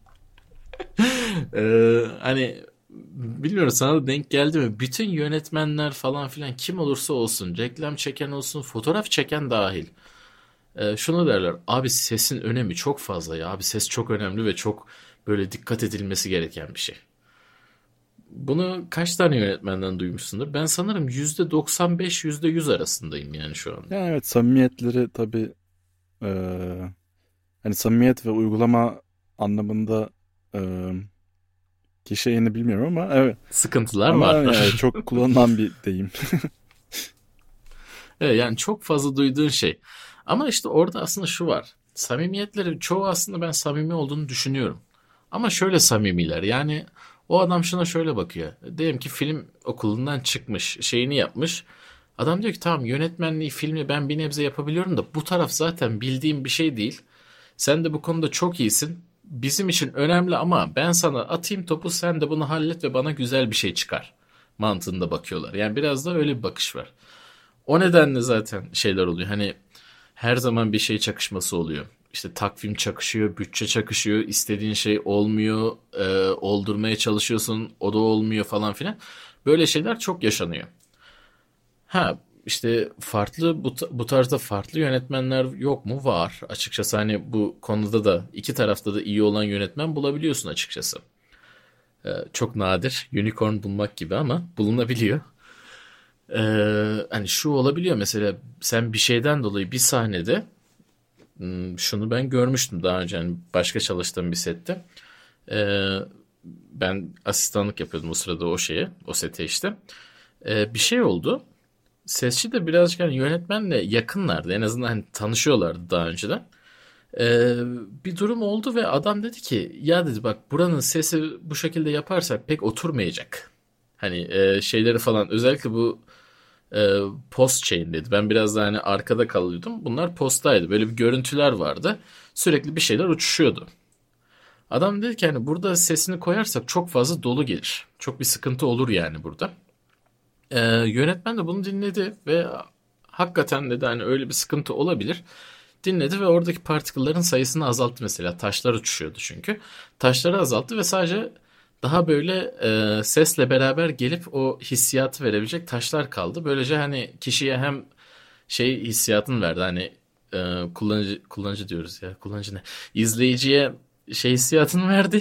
Hani bilmiyorum sana da denk geldi mi? Bütün yönetmenler falan filan kim olursa olsun, reklam çeken olsun, fotoğraf çeken dahil. Şunu derler. Abi sesin önemi çok fazla ya. Abi ses çok önemli ve çok böyle dikkat edilmesi gereken bir şey. Bunu kaç tane yönetmenden duymuşsundur? Ben sanırım %95, %100 arasındayım yani şu an. Yani evet, samimiyetleri tabii hani samimiyet ve uygulama anlamında ki şeyini bilmiyorum ama evet. Sıkıntılar Ama var. evet, çok kullanılan bir deyim. Evet, yani çok fazla duyduğun şey. Ama işte orada aslında şu var. Samimiyetleri çoğu aslında ben samimi olduğunu düşünüyorum. Ama şöyle samimiler. Yani o adam şuna şöyle bakıyor. Diyelim ki film okulundan çıkmış, şeyini yapmış. Adam diyor ki tamam yönetmenliği, filmi ben bir nebze yapabiliyorum da bu taraf zaten bildiğim bir şey değil. Sen de bu konuda çok iyisin. Bizim için önemli ama ben sana atayım topu sen de bunu hallet ve bana güzel bir şey çıkar mantığında bakıyorlar. Yani biraz da öyle bir bakış var. O nedenle zaten şeyler oluyor. Hani her zaman bir şey çakışması oluyor. İşte takvim çakışıyor, bütçe çakışıyor, istediğin şey olmuyor, oldurmaya çalışıyorsun, o da olmuyor falan filan. Böyle şeyler çok yaşanıyor. Ha işte farklı bu tarzda farklı yönetmenler yok mu? Var. Açıkçası hani bu konuda da iki tarafta da iyi olan yönetmen bulabiliyorsun açıkçası. Çok nadir unicorn bulmak gibi ama bulunabiliyor. Hani şu olabiliyor mesela sen bir şeyden dolayı bir sahnede şunu ben görmüştüm daha önce hani başka çalıştığım bir sette. Ee, Ben asistanlık yapıyordum o sırada o sete işte. Bir şey oldu. Sesçi de birazcık hani yönetmenle yakınlardı. En azından hani tanışıyorlardı daha önceden. Ee, Bir durum oldu ve adam dedi ki ya dedi bak buranın sesi bu şekilde yaparsak pek oturmayacak. Hani şeyleri falan özellikle bu post chain dedi. Ben biraz daha hani arkada kalıyordum. Bunlar posttaydı. Böyle bir görüntüler vardı. Sürekli bir şeyler uçuşuyordu. Adam dedi ki hani burada sesini koyarsak çok fazla dolu gelir. Çok bir sıkıntı olur yani burada. Yönetmen de bunu dinledi ve hakikaten dedi hani öyle bir sıkıntı olabilir. Dinledi ve oradaki partiküllerin sayısını azalttı mesela. Taşlar uçuşuyordu çünkü. Taşları azalttı ve sadece daha böyle sesle beraber gelip o hissiyatı verebilecek taşlar kaldı. Böylece hani kişiye hem şey hissiyatını verdi. Hani kullanıcı diyoruz ya. Kullanıcı ne? İzleyiciye şey hissiyatını verdi.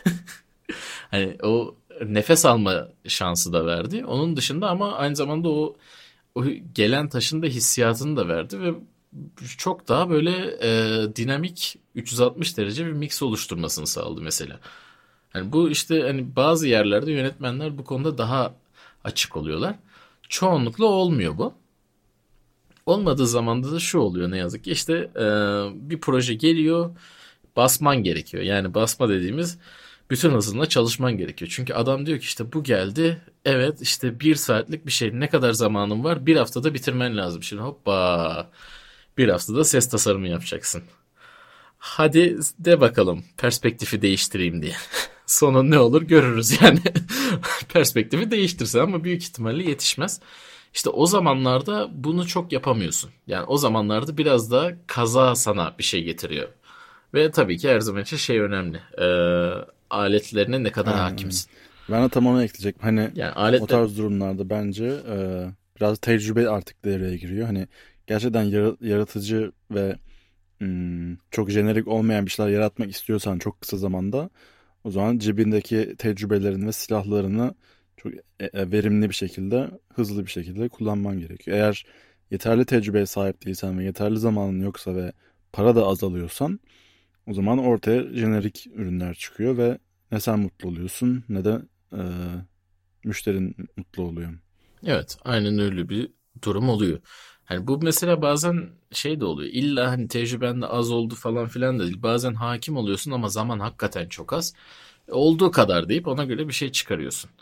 Hani o nefes alma şansı da verdi. Onun dışında ama aynı zamanda o gelen taşın da hissiyatını da verdi ve çok daha böyle dinamik 360 derece bir mix oluşturmasını sağladı mesela. Hani bu işte hani bazı yerlerde yönetmenler bu konuda daha açık oluyorlar. Çoğunlukla olmuyor bu. Olmadığı zamanda da şu oluyor ne yazık ki işte bir proje geliyor basman gerekiyor. Yani basma dediğimiz bütün hızınla çalışman gerekiyor. Çünkü adam diyor ki işte bu geldi. Evet işte bir saatlik bir şey. Ne kadar zamanın var? Bir haftada bitirmen lazım. Şimdi hoppa bir haftada ses tasarımı yapacaksın. Hadi de bakalım perspektifi değiştireyim diye. Sonu ne olur görürüz yani. Perspektifi değiştirse ama büyük ihtimalle yetişmez. İşte o zamanlarda bunu çok yapamıyorsun. Yani o zamanlarda biraz da kaza sana bir şey getiriyor. Ve tabii ki her zaman için şey önemli. Aletlerine ne kadar Aynen. hakimsin. Ben de tam onu ekleyecektim. Hani Yani o aletle tarz durumlarda bence biraz tecrübe artık devreye giriyor. Hani gerçekten yaratıcı ve çok jenerik olmayan bir şeyler yaratmak istiyorsan çok kısa zamanda o zaman cebindeki tecrübelerini ve silahlarını çok verimli bir şekilde, hızlı bir şekilde kullanman gerekiyor. Eğer yeterli tecrübeye sahip değilsen ve yeterli zamanın yoksa ve para da azalıyorsan o zaman ortaya jenerik ürünler çıkıyor ve ne sen mutlu oluyorsun ne de e, müşterin mutlu oluyor. evet aynen öyle bir durum oluyor. Hani bu mesela bazen şey de oluyor. İlla hani tecrüben de az oldu falan filan da değil. Bazen hakim oluyorsun ama zaman hakikaten çok az. Olduğu kadar deyip ona göre bir şey çıkarıyorsun.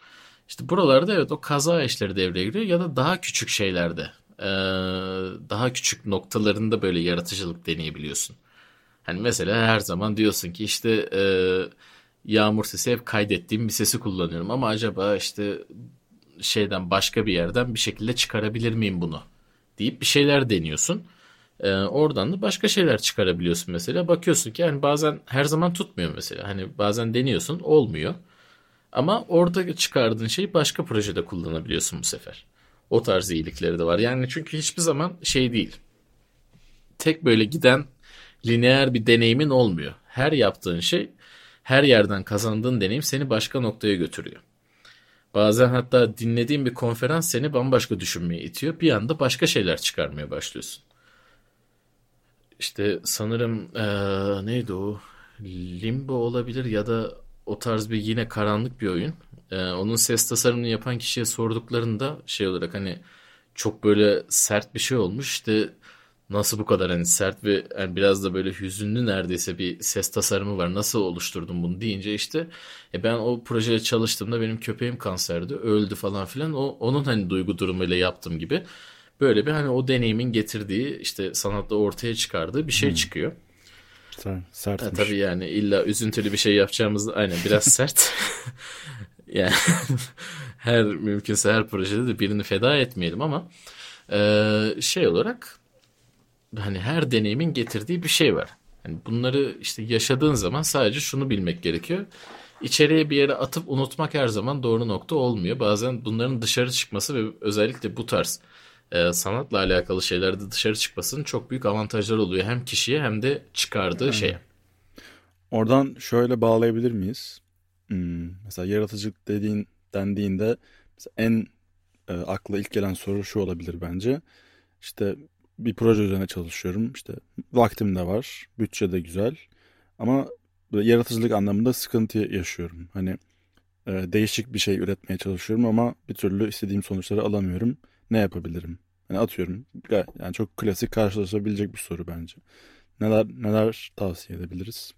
İşte buralarda evet o kaza işleri devreye giriyor ya da daha küçük şeylerde, daha küçük noktalarında böyle yaratıcılık deneyebiliyorsun. Hani mesela her zaman diyorsun ki işte yağmur sesi hep kaydettiğim bir sesi kullanıyorum ama acaba işte şeyden başka bir yerden bir şekilde çıkarabilir miyim bunu deyip bir şeyler deniyorsun. Oradan da başka şeyler çıkarabiliyorsun mesela. Bakıyorsun ki yani bazen her zaman tutmuyor mesela. Hani bazen deniyorsun olmuyor. Ama orada çıkardığın şeyi başka projede kullanabiliyorsun bu sefer. O tarz iyilikleri de var. Yani çünkü hiçbir zaman şey değil. Tek böyle giden lineer bir deneyimin olmuyor. Her yaptığın şey, her yerden kazandığın deneyim seni başka noktaya götürüyor. Bazen hatta dinlediğin bir konferans seni bambaşka düşünmeye itiyor. Bir anda başka şeyler çıkarmaya başlıyorsun. İşte sanırım neydi o? Limbo olabilir ya da o tarz bir yine karanlık bir oyun. Onun ses tasarımını yapan kişiye sorduklarında şey olarak hani çok böyle sert bir şey olmuş. İşte nasıl bu kadar hani sert ve yani biraz da böyle hüzünlü neredeyse bir ses tasarımı var. Nasıl oluşturdun bunu deyince işte ben o projede çalıştığımda benim köpeğim kanserdi, öldü falan filan. Onun hani duygu durumuyla yaptığım gibi böyle bir hani o deneyimin getirdiği işte sanatla ortaya çıkardığı bir şey çıkıyor. Sertmiş. Tabii yani illa üzüntülü bir şey yapacağımız aynen biraz sert. Yani her mümkünse her projede de birini feda etmeyelim ama şey olarak hani her deneyimin getirdiği bir şey var. Hani bunları işte yaşadığın zaman sadece şunu bilmek gerekiyor. İçeriye bir yere atıp unutmak her zaman doğru nokta olmuyor. Bazen bunların dışarı çıkması ve özellikle bu tarz sanatla alakalı şeylerde dışarı çıkmasının çok büyük avantajları oluyor. Hem kişiye hem de çıkardığı şeye. Oradan şöyle bağlayabilir miyiz? Mesela yaratıcılık dendiğinde mesela en akla ilk gelen soru şu olabilir bence. İşte bir proje üzerine çalışıyorum. İşte vaktim de var, bütçe de güzel. Ama böyle yaratıcılık anlamında sıkıntı yaşıyorum. Hani değişik bir şey üretmeye çalışıyorum ama bir türlü istediğim sonuçları alamıyorum. Ne yapabilirim? Hani atıyorum. Yani çok klasik karşılaşabilecek bir soru bence. Neler tavsiye edebiliriz?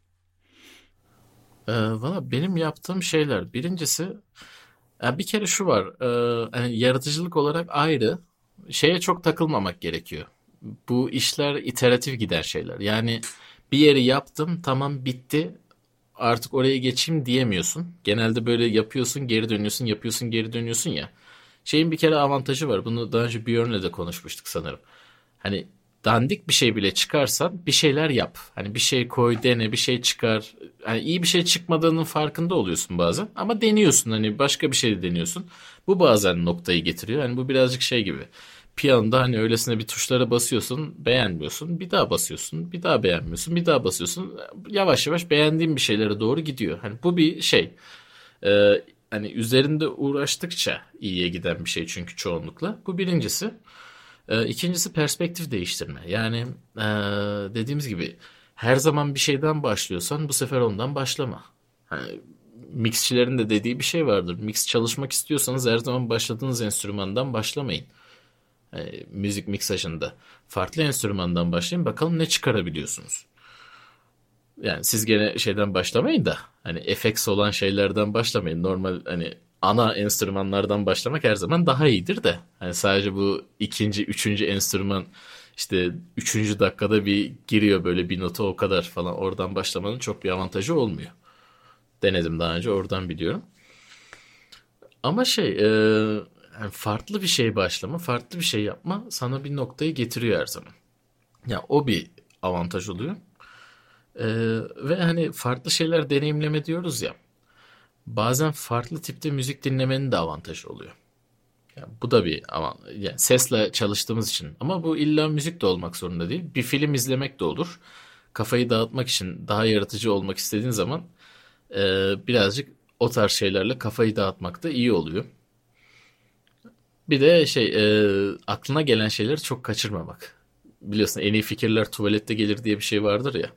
Valla benim yaptığım şeyler. Birincisi bir kere şu var. Hani yaratıcılık olarak ayrı. Şeye çok takılmamak gerekiyor. Bu işler iteratif giden şeyler. Yani bir yeri yaptım tamam bitti artık oraya geçeyim diyemiyorsun. Genelde böyle yapıyorsun geri dönüyorsun yapıyorsun geri dönüyorsun ya. Şeyin bir kere avantajı var. Bunu daha önce Björn'le de konuşmuştuk sanırım. Hani dandik bir şey bile çıkarsan bir şeyler yap. Hani bir şey koy, dene, bir şey çıkar. Hani iyi bir şey çıkmadığının farkında oluyorsun bazen. Ama deniyorsun hani başka bir şey de deniyorsun. Bu bazen noktayı getiriyor. Hani bu birazcık şey gibi. Piyanoda hani öylesine bir tuşlara basıyorsun, beğenmiyorsun. Bir daha basıyorsun, bir daha beğenmiyorsun, bir daha basıyorsun. Yavaş yavaş beğendiğin bir şeylere doğru gidiyor. Hani bu bir şey. Hani üzerinde uğraştıkça iyiye giden bir şey çünkü çoğunlukla. Bu birincisi. İkincisi perspektif değiştirme. Yani dediğimiz gibi her zaman bir şeyden başlıyorsan bu sefer ondan başlama. Hani mixçilerin de dediği bir şey vardır. Mix çalışmak istiyorsanız her zaman başladığınız enstrümandan başlamayın. Müzik miksajında farklı enstrümandan başlayın bakalım ne çıkarabiliyorsunuz. Yani siz gene şeyden başlamayın da hani FX olan şeylerden başlamayın. Normal hani ana enstrümanlardan başlamak her zaman daha iyidir de. Hani sadece bu ikinci, üçüncü enstrüman işte üçüncü dakikada bir giriyor böyle bir nota o kadar falan. Oradan başlamanın çok bir avantajı olmuyor. Denedim daha önce oradan biliyorum. Ama yani farklı bir şey başlama, farklı bir şey yapma sana bir noktayı getiriyor her zaman. Ya o bir avantaj oluyor. Ve hani farklı şeyler deneyimleme diyoruz ya. Bazen farklı tipte müzik dinlemenin de avantajı oluyor. Yani bu da bir ama yani sesle çalıştığımız için ama bu illa müzik de olmak zorunda değil. Bir film izlemek de olur. Kafayı dağıtmak için daha yaratıcı olmak istediğin zaman birazcık o tarz şeylerle kafayı dağıtmak da iyi oluyor. Bir de aklına gelen şeyleri çok kaçırmamak. Biliyorsun en iyi fikirler tuvalette gelir diye bir şey vardır ya.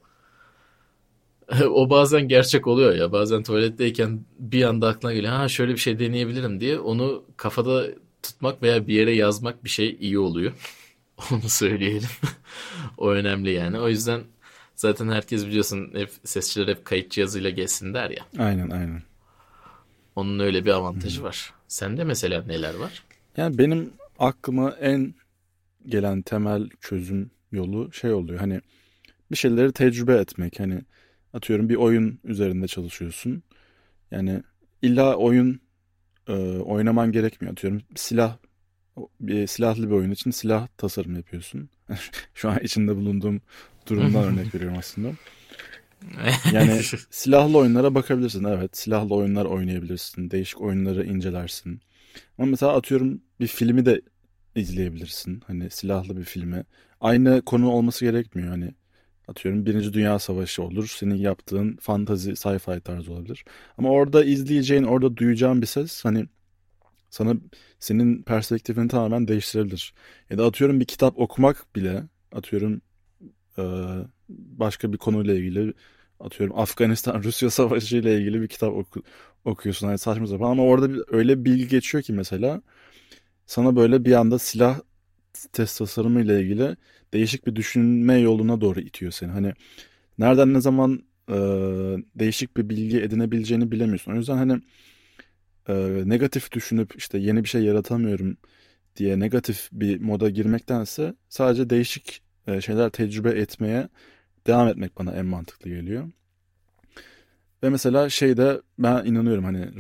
O bazen gerçek oluyor ya. Bazen tuvaletteyken bir anda aklına geliyor. Ha şöyle bir şey deneyebilirim diye. Onu kafada tutmak veya bir yere yazmak bir şey iyi oluyor. Onu söyleyelim. O önemli yani. O yüzden zaten herkes biliyorsun hep sesçiler hep kayıt cihazıyla geçsin der ya. Aynen. Onun öyle bir avantajı var. Sende mesela neler var? Yani benim aklıma en gelen temel çözüm yolu şey oluyor. Hani bir şeyleri tecrübe etmek. Hani atıyorum bir oyun üzerinde çalışıyorsun. Yani illa oyun oynaman gerekmiyor. Atıyorum bir silahlı bir oyun için silah tasarım yapıyorsun. Şu an içinde bulunduğum durumdan örnek veriyorum aslında. Yani silahlı oyunlara bakabilirsin. Evet, silahlı oyunlar oynayabilirsin. Değişik oyunları incelersin. Ama mesela atıyorum bir filmi de izleyebilirsin. Hani silahlı bir filmi. Aynı konu olması gerekmiyor. Hani atıyorum Birinci Dünya Savaşı olur. Senin yaptığın fantazi, sci-fi tarzı olabilir. Ama orada izleyeceğin, orada duyacağın bir ses hani sana senin perspektifini tamamen değiştirebilir. Ya da atıyorum bir kitap okumak bile atıyorum e, başka bir konuyla ilgili atıyorum Afganistan-Rusya Savaşı ile ilgili bir kitap okuyorsun. Hani saçma sapan ama orada öyle bir bilgi geçiyor ki mesela sana böyle bir anda silah test tasarımı ile ilgili değişik bir düşünme yoluna doğru itiyor seni. Hani nereden ne zaman değişik bir bilgi edinebileceğini bilemiyorsun. O yüzden hani negatif düşünüp işte yeni bir şey yaratamıyorum diye negatif bir moda girmektense sadece değişik şeyler tecrübe etmeye devam etmek bana en mantıklı geliyor. Ve mesela şeyde ben inanıyorum hani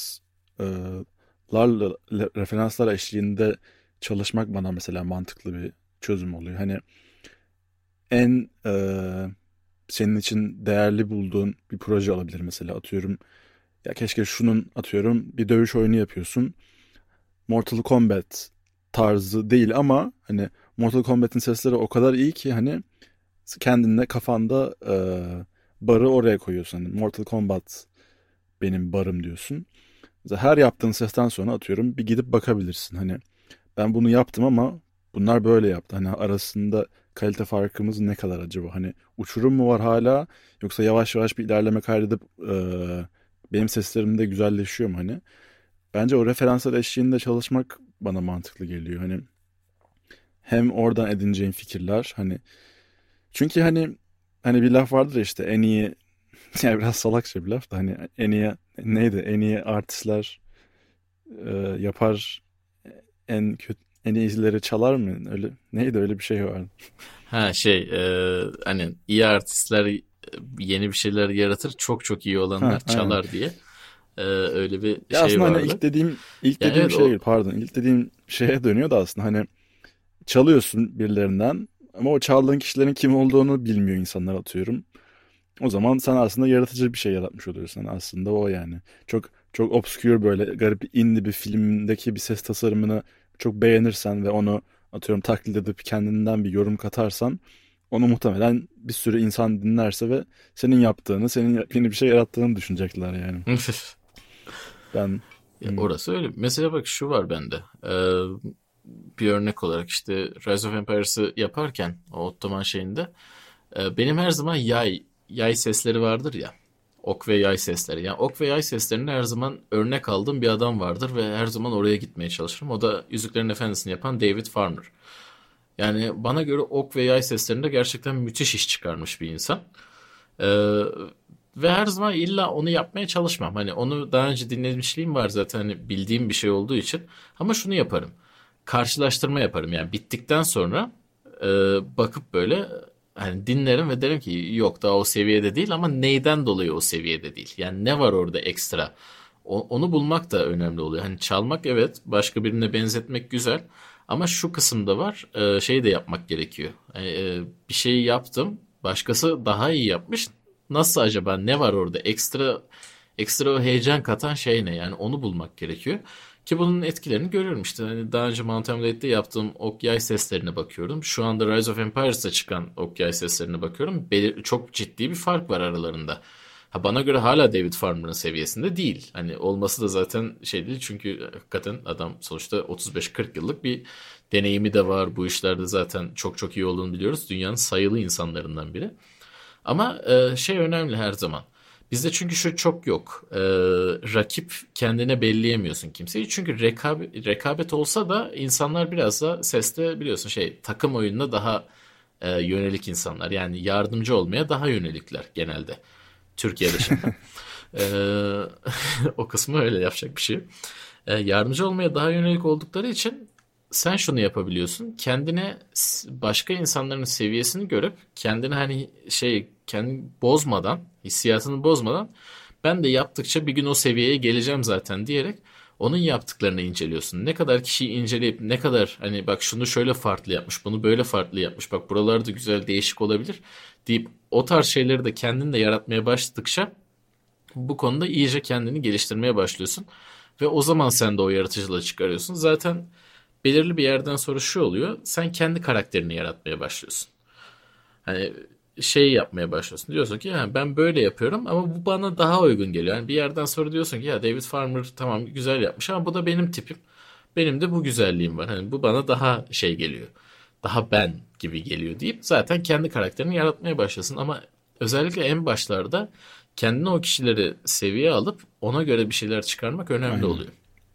referanslar eşliğinde çalışmak bana mesela mantıklı bir çözüm oluyor. Hani en senin için değerli bulduğun bir proje olabilir mesela atıyorum. Ya keşke şunun atıyorum bir dövüş oyunu yapıyorsun. Mortal Kombat tarzı değil ama hani Mortal Kombat'in sesleri o kadar iyi ki hani kendinde kafanda barı oraya koyuyorsun. Hani Mortal Kombat benim barım diyorsun. Mesela her yaptığın sesten sonra atıyorum bir gidip bakabilirsin. Hani ben bunu yaptım ama bunlar böyle yaptı. Hani arasında kalite farkımız ne kadar acaba? Hani uçurum mu var hala yoksa yavaş yavaş bir ilerleme kaydedip benim seslerim de güzelleşiyor mu hani? Bence o referanslar eşliğinde çalışmak bana mantıklı geliyor. Hani hem oradan edineceğin fikirler hani çünkü hani bir laf vardır ya işte en iyi yani biraz salakça bir laf da hani en iyi neydi? En iyi artistler yapar en iyileri çalar mı? Öyle neydi öyle bir şey vardı. Ha hani iyi artistler yeni bir şeyler yaratır, çok çok iyi Ha olanlar aynen. çalar diye öyle bir Ya şey aslında hani vardı. ilk Ya dediğim evet şey pardon ilk dediğim şeye dönüyor da aslında hani çalıyorsun birilerinden ama o çaldığın kişilerin kim olduğunu bilmiyor insanlar atıyorum. O zaman sen aslında yaratıcı bir şey yaratmış oluyorsun. Aslında o yani. Çok çok obskür böyle garip indie bir filmdeki bir ses tasarımını çok beğenirsen ve onu atıyorum taklit edip kendinden bir yorum katarsan onu muhtemelen bir sürü insan dinlerse ve senin yaptığını, senin yeni bir şey yarattığını düşünecekler yani. Ben ya hmm, orası öyle. Mesela bak şu var bende. Bir örnek olarak işte Rise of Empires'ı yaparken o Ottoman şeyinde benim her zaman yay sesleri vardır ya. Ok ve yay sesleri. Yani ok ve yay seslerini her zaman örnek aldığım bir adam vardır ve her zaman oraya gitmeye çalışırım. O da Yüzüklerin Efendisi'ni yapan David Farmer. Yani bana göre ok ve yay seslerinde gerçekten müthiş iş çıkarmış bir insan. Ee, Ve her zaman illa onu yapmaya çalışmam. Hani onu daha önce dinlemişliğim var zaten hani bildiğim bir şey olduğu için. Ama şunu yaparım. Karşılaştırma yaparım. Yani bittikten sonra e, bakıp böyle hani dinlerim ve derim ki yok daha o seviyede değil ama neyden dolayı o seviyede değil? Yani ne var orada ekstra? Onu bulmak da önemli oluyor. Hani çalmak evet başka birine benzetmek güzel. Ama şu kısımda var şey de yapmak gerekiyor. Bir şeyi yaptım başkası daha iyi yapmış. Nasıl acaba ne var orada ekstra o heyecan katan şey ne yani onu bulmak gerekiyor. Ki bunun etkilerini görüyorum işte. Hani daha önce Mount and Blade'de yaptığım ok yay seslerine bakıyorum. Şu anda Rise of Empires'ta çıkan ok yay seslerine bakıyorum. Çok ciddi bir fark var aralarında. Ha bana göre hala David Farmer'ın seviyesinde değil. Hani olması da zaten şey değil çünkü hakikaten adam sonuçta 35-40 yıllık bir deneyimi de var. Bu işlerde zaten çok çok iyi olduğunu biliyoruz. Dünyanın sayılı insanlarından biri. Ama şey önemli her zaman. Bizde çünkü şu çok yok. Rakip kendine belleyemiyorsun kimseyi. Çünkü rekabet olsa da insanlar biraz da seste biliyorsun şey takım oyununa daha yönelik insanlar. Yani yardımcı olmaya daha yönelikler genelde. Türkiye dışında. E, O kısmı öyle yapacak bir şey yok. Yardımcı olmaya daha yönelik oldukları için sen şunu yapabiliyorsun. Kendine başka insanların seviyesini görüp kendini hani kendi bozmadan, hissiyatını bozmadan ben de yaptıkça bir gün o seviyeye geleceğim zaten diyerek onun yaptıklarını inceliyorsun. Ne kadar kişiyi inceleyip ne kadar hani bak şunu şöyle farklı yapmış, bunu böyle farklı yapmış, bak buralarda güzel değişik olabilir deyip o tarz şeyleri de kendin de yaratmaya başladıkça bu konuda iyice kendini geliştirmeye başlıyorsun. Ve o zaman sen de o yaratıcılığı çıkarıyorsun. Zaten belirli bir yerden sonra şu oluyor. Sen kendi karakterini yaratmaya başlıyorsun. Hani yapmaya başlıyorsun. Diyorsun ki ya ben böyle yapıyorum ama bu bana daha uygun geliyor. Yani bir yerden sonra diyorsun ki ya David Farmer tamam güzel yapmış ama bu da benim tipim. Benim de bu güzelliğim var. Hani bu bana daha geliyor. Daha ben gibi geliyor deyip zaten kendi karakterini yaratmaya başlasın. Ama özellikle en başlarda kendine o kişileri seviye alıp ona göre bir şeyler çıkarmak önemli Aynen. oluyor.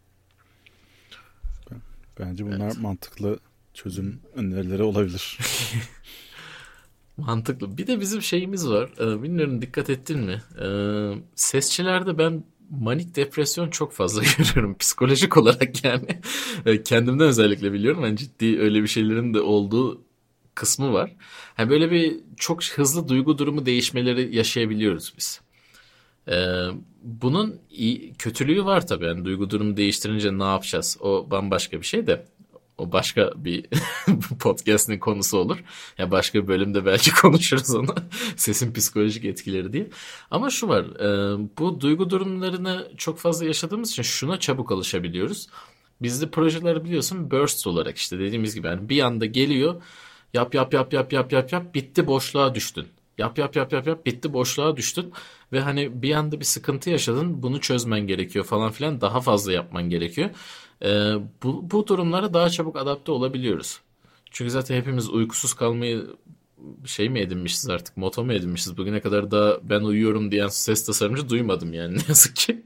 Bence bunlar Evet. mantıklı çözüm önerileri olabilir. Mantıklı. Bir de bizim şeyimiz var. Bilmiyorum dikkat ettin mi? Sesçilerde ben manik depresyon çok fazla görüyorum psikolojik olarak yani. Kendimden özellikle biliyorum. Ben ciddi öyle bir şeylerin de olduğu kısmı var. Yani böyle bir çok hızlı duygu durumu değişmeleri yaşayabiliyoruz biz. Bunun kötülüğü var tabii. Yani duygu durumu değiştirince ne yapacağız? O bambaşka bir şey de. O başka bir podcast'in konusu olur. Ya başka bir bölümde belki konuşuruz onu. Sesin psikolojik etkileri diye. Ama şu var. Bu duygu durumlarını çok fazla yaşadığımız için şuna çabuk alışabiliyoruz. Bizde projeler biliyorsun bursts olarak işte dediğimiz gibi yani bir anda geliyor. Yap yap yap yap yap yap yap bitti boşluğa düştün. Yap yap yap yap yap bitti boşluğa düştün. Ve hani bir anda bir sıkıntı yaşadın bunu çözmen gerekiyor falan filan daha fazla yapman gerekiyor. Bu durumlara daha çabuk adapte olabiliyoruz. Çünkü zaten hepimiz uykusuz kalmayı mi edinmişiz artık, moto mu edinmişiz? Bugüne kadar da ben uyuyorum diyen ses tasarımcı duymadım yani ne yazık ki.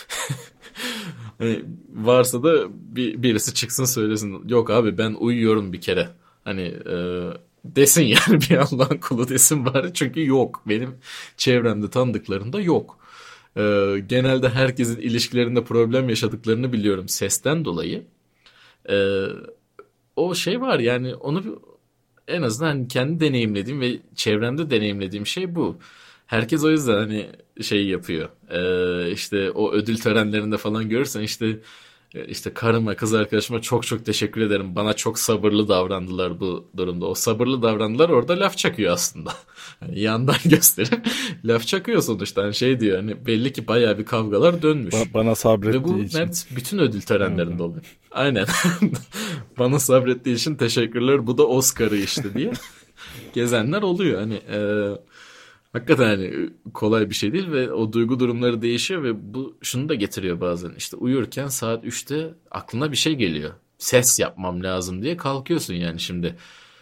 Hani varsa da birisi çıksın söylesin. Yok abi ben uyuyorum bir kere. Hani desin yani bir Allah'ın kulu desin bari. Çünkü yok. Benim çevremde tanıdıklarımda yok. Genelde herkesin ilişkilerinde problem yaşadıklarını biliyorum sesten dolayı. Ee, O var yani onu en azından hani kendi deneyimlediğim ve çevremde deneyimlediğim şey bu. Herkes o yüzden hani yapıyor. İşte o ödül törenlerinde falan görürsen işte karıma kız arkadaşıma çok çok teşekkür ederim. Bana çok sabırlı davrandılar bu durumda. O sabırlı davrandılar orada laf çakıyor aslında. Yani yandan gösterip laf çakıyor sonuçta. Hani diyor hani belli ki bayağı bir kavgalar dönmüş. Bana Ve bu sabrettiği için. neredeyse bütün ödül törenlerinde Evet. oluyor. Aynen. Bana sabrettiği için teşekkürler. Bu da Oscar'ı işte diye. Gezenler oluyor. Hani hakikaten hani kolay bir şey değil ve o duygu durumları değişiyor ve bu şunu da getiriyor bazen. İşte uyurken saat 3'te aklına bir şey geliyor. Ses yapmam lazım diye kalkıyorsun yani şimdi.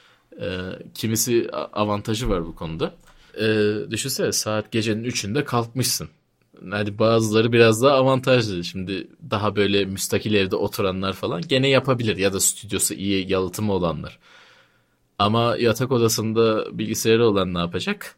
Kimisi avantajı var bu konuda. Düşünsene saat gecenin 3'ünde kalkmışsın. Hadi bazıları biraz daha avantajlı. Şimdi daha böyle müstakil evde oturanlar falan gene yapabilir ya da stüdyosu iyi yalıtımı olanlar. Ama yatak odasında bilgisayarı olan ne yapacak?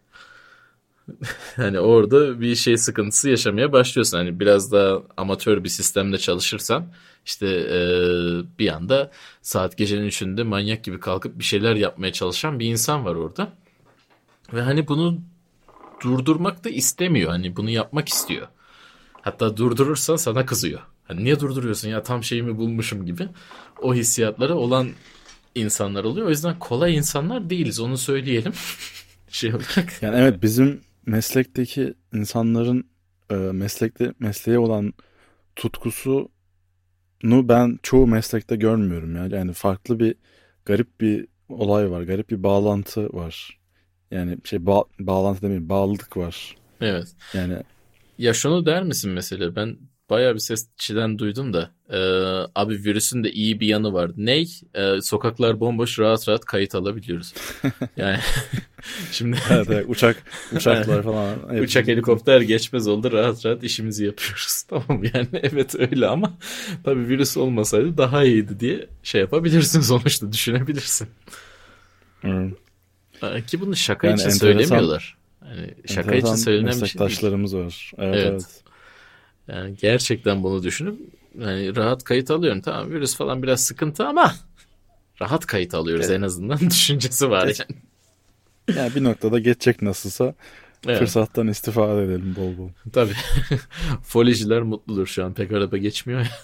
Hani orada bir sıkıntısı yaşamaya başlıyorsun. Hani biraz daha amatör bir sistemde çalışırsan işte bir anda saat gecenin 3'ünde manyak gibi kalkıp bir şeyler yapmaya çalışan bir insan var orada. Ve hani bunu durdurmak da istemiyor. Hani bunu yapmak istiyor. Hatta durdurursan sana kızıyor. Hani niye durduruyorsun ya tam şeyimi bulmuşum gibi. O hissiyatları olan insanlar oluyor. O yüzden kolay insanlar değiliz onu söyleyelim. Olarak. Yani evet bizim meslekteki insanların mesleğe olan tutkusunu ben çoğu meslekte görmüyorum ya. Yani farklı bir garip bir olay var. Garip bir bağlantı var. Yani bağlantı demeyeyim, bağlılık var. Evet. Yani Ya şunu der misin mesela ben bayağı bir sesçiden duydum da abi virüsün de iyi bir yanı var. Ney? Sokaklar bomboş rahat rahat kayıt alabiliyoruz. Yani şimdi evet, uçaklar falan. Evet. uçak helikopter geçmez oldu rahat rahat işimizi yapıyoruz. Tamam yani evet öyle ama tabii virüs olmasaydı daha iyiydi diye yapabilirsin sonuçta düşünebilirsin. Evet. Ki bunu şaka Yani için enteresan, söylemiyorlar. Yani şaka için enteresan söylenen bir şey değil. meslektaşlarımız var. Evet, Evet. evet. Yani gerçekten bunu düşünüp Yani rahat kayıt alıyorum. Tamam, virüs falan biraz sıkıntı ama rahat kayıt alıyoruz en azından düşüncesi var yani. Yani bir noktada geçecek nasılsa. Evet. Fırsattan istifade edelim bol bol. Tabii. Foliciler mutludur şu an. Pek araba geçmiyor ya.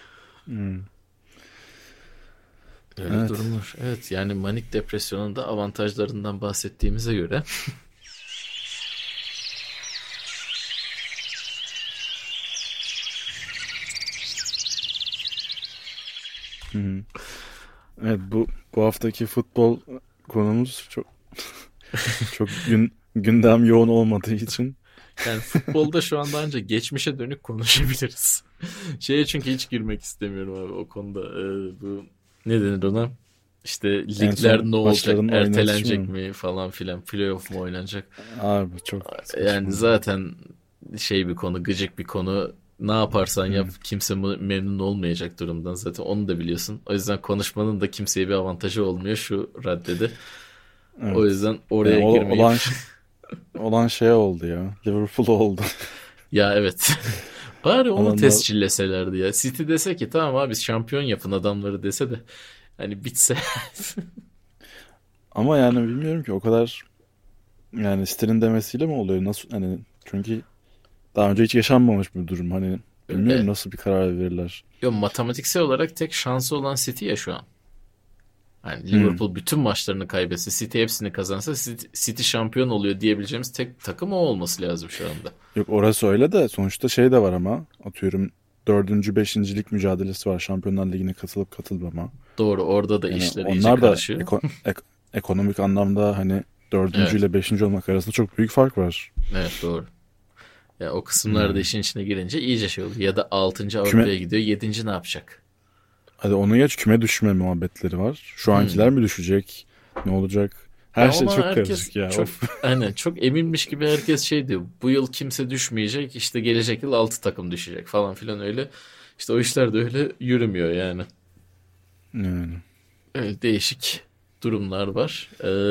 Öyle Evet. durumlar. Evet, yani manik depresyonun da avantajlarından bahsettiğimize göre Evet, bu haftaki futbol konumuz çok çok gündem yoğun olmadığı için. yani futbolda şu anda ancak geçmişe dönük konuşabiliriz. Şeye çünkü hiç girmek istemiyorum abi o konuda. Bu ne denir ona? İşte ligler son ne olacak? maçların Ertelenecek oynatışı mi falan filan? Playoff mu oynanacak? Abi çok Yani saçma. zaten şey bir konu, gıcık bir konu. Ne yaparsan yap kimse memnun olmayacak durumdan. Zaten onu da biliyorsun. O yüzden konuşmanın da kimseye bir avantajı olmuyor şu raddede. O Evet. yüzden Yani oraya girmeyip olan şey oldu ya. Liverpool oldu. ya evet. Bari onu Adamlar tescilleselerdi ya. City dese ki tamam abi şampiyon yapın adamları dese de hani bitse. ama yani bilmiyorum ki o kadar, yani City'nin demesiyle mi oluyor? Nasıl hani, çünkü daha önce hiç yaşanmamış bir durum. Hani bilmiyorum Öyle. nasıl bir karar verirler. Yo, matematiksel olarak tek şansı olan City ya şu an. Yani Hmm. Liverpool bütün maçlarını kaybetse, City hepsini kazansa City şampiyon oluyor diyebileceğimiz tek takım o olması lazım şu anda. Yok, orası öyle de sonuçta şey de var ama, atıyorum 4. 5. lig mücadelesi var. Şampiyonlar Ligi'ne katılıp katılmama. Doğru, orada da Yani işler iyice onlar da karışıyor. ekonomik anlamda hani 4. Evet, ile 5. olmak arasında çok büyük fark var. evet doğru. Ya o kısımlar da Yani işin içine girince iyice şey oluyor. Ya da 6. küme, Avrupa'ya gidiyor, 7. ne yapacak? hadi onu geç, küme düşme muhabbetleri var. Şu ankiler Hmm. mi düşecek? Ne olacak? Her Ya şey ona çok herkes karışık ya. çok Of. aynen çok eminmiş gibi herkes şey diyor. Bu yıl kimse düşmeyecek. İşte gelecek yıl 6 takım düşecek falan filan öyle. İşte o işler de öyle yürümüyor yani. Yani, Evet, değişik durumlar var.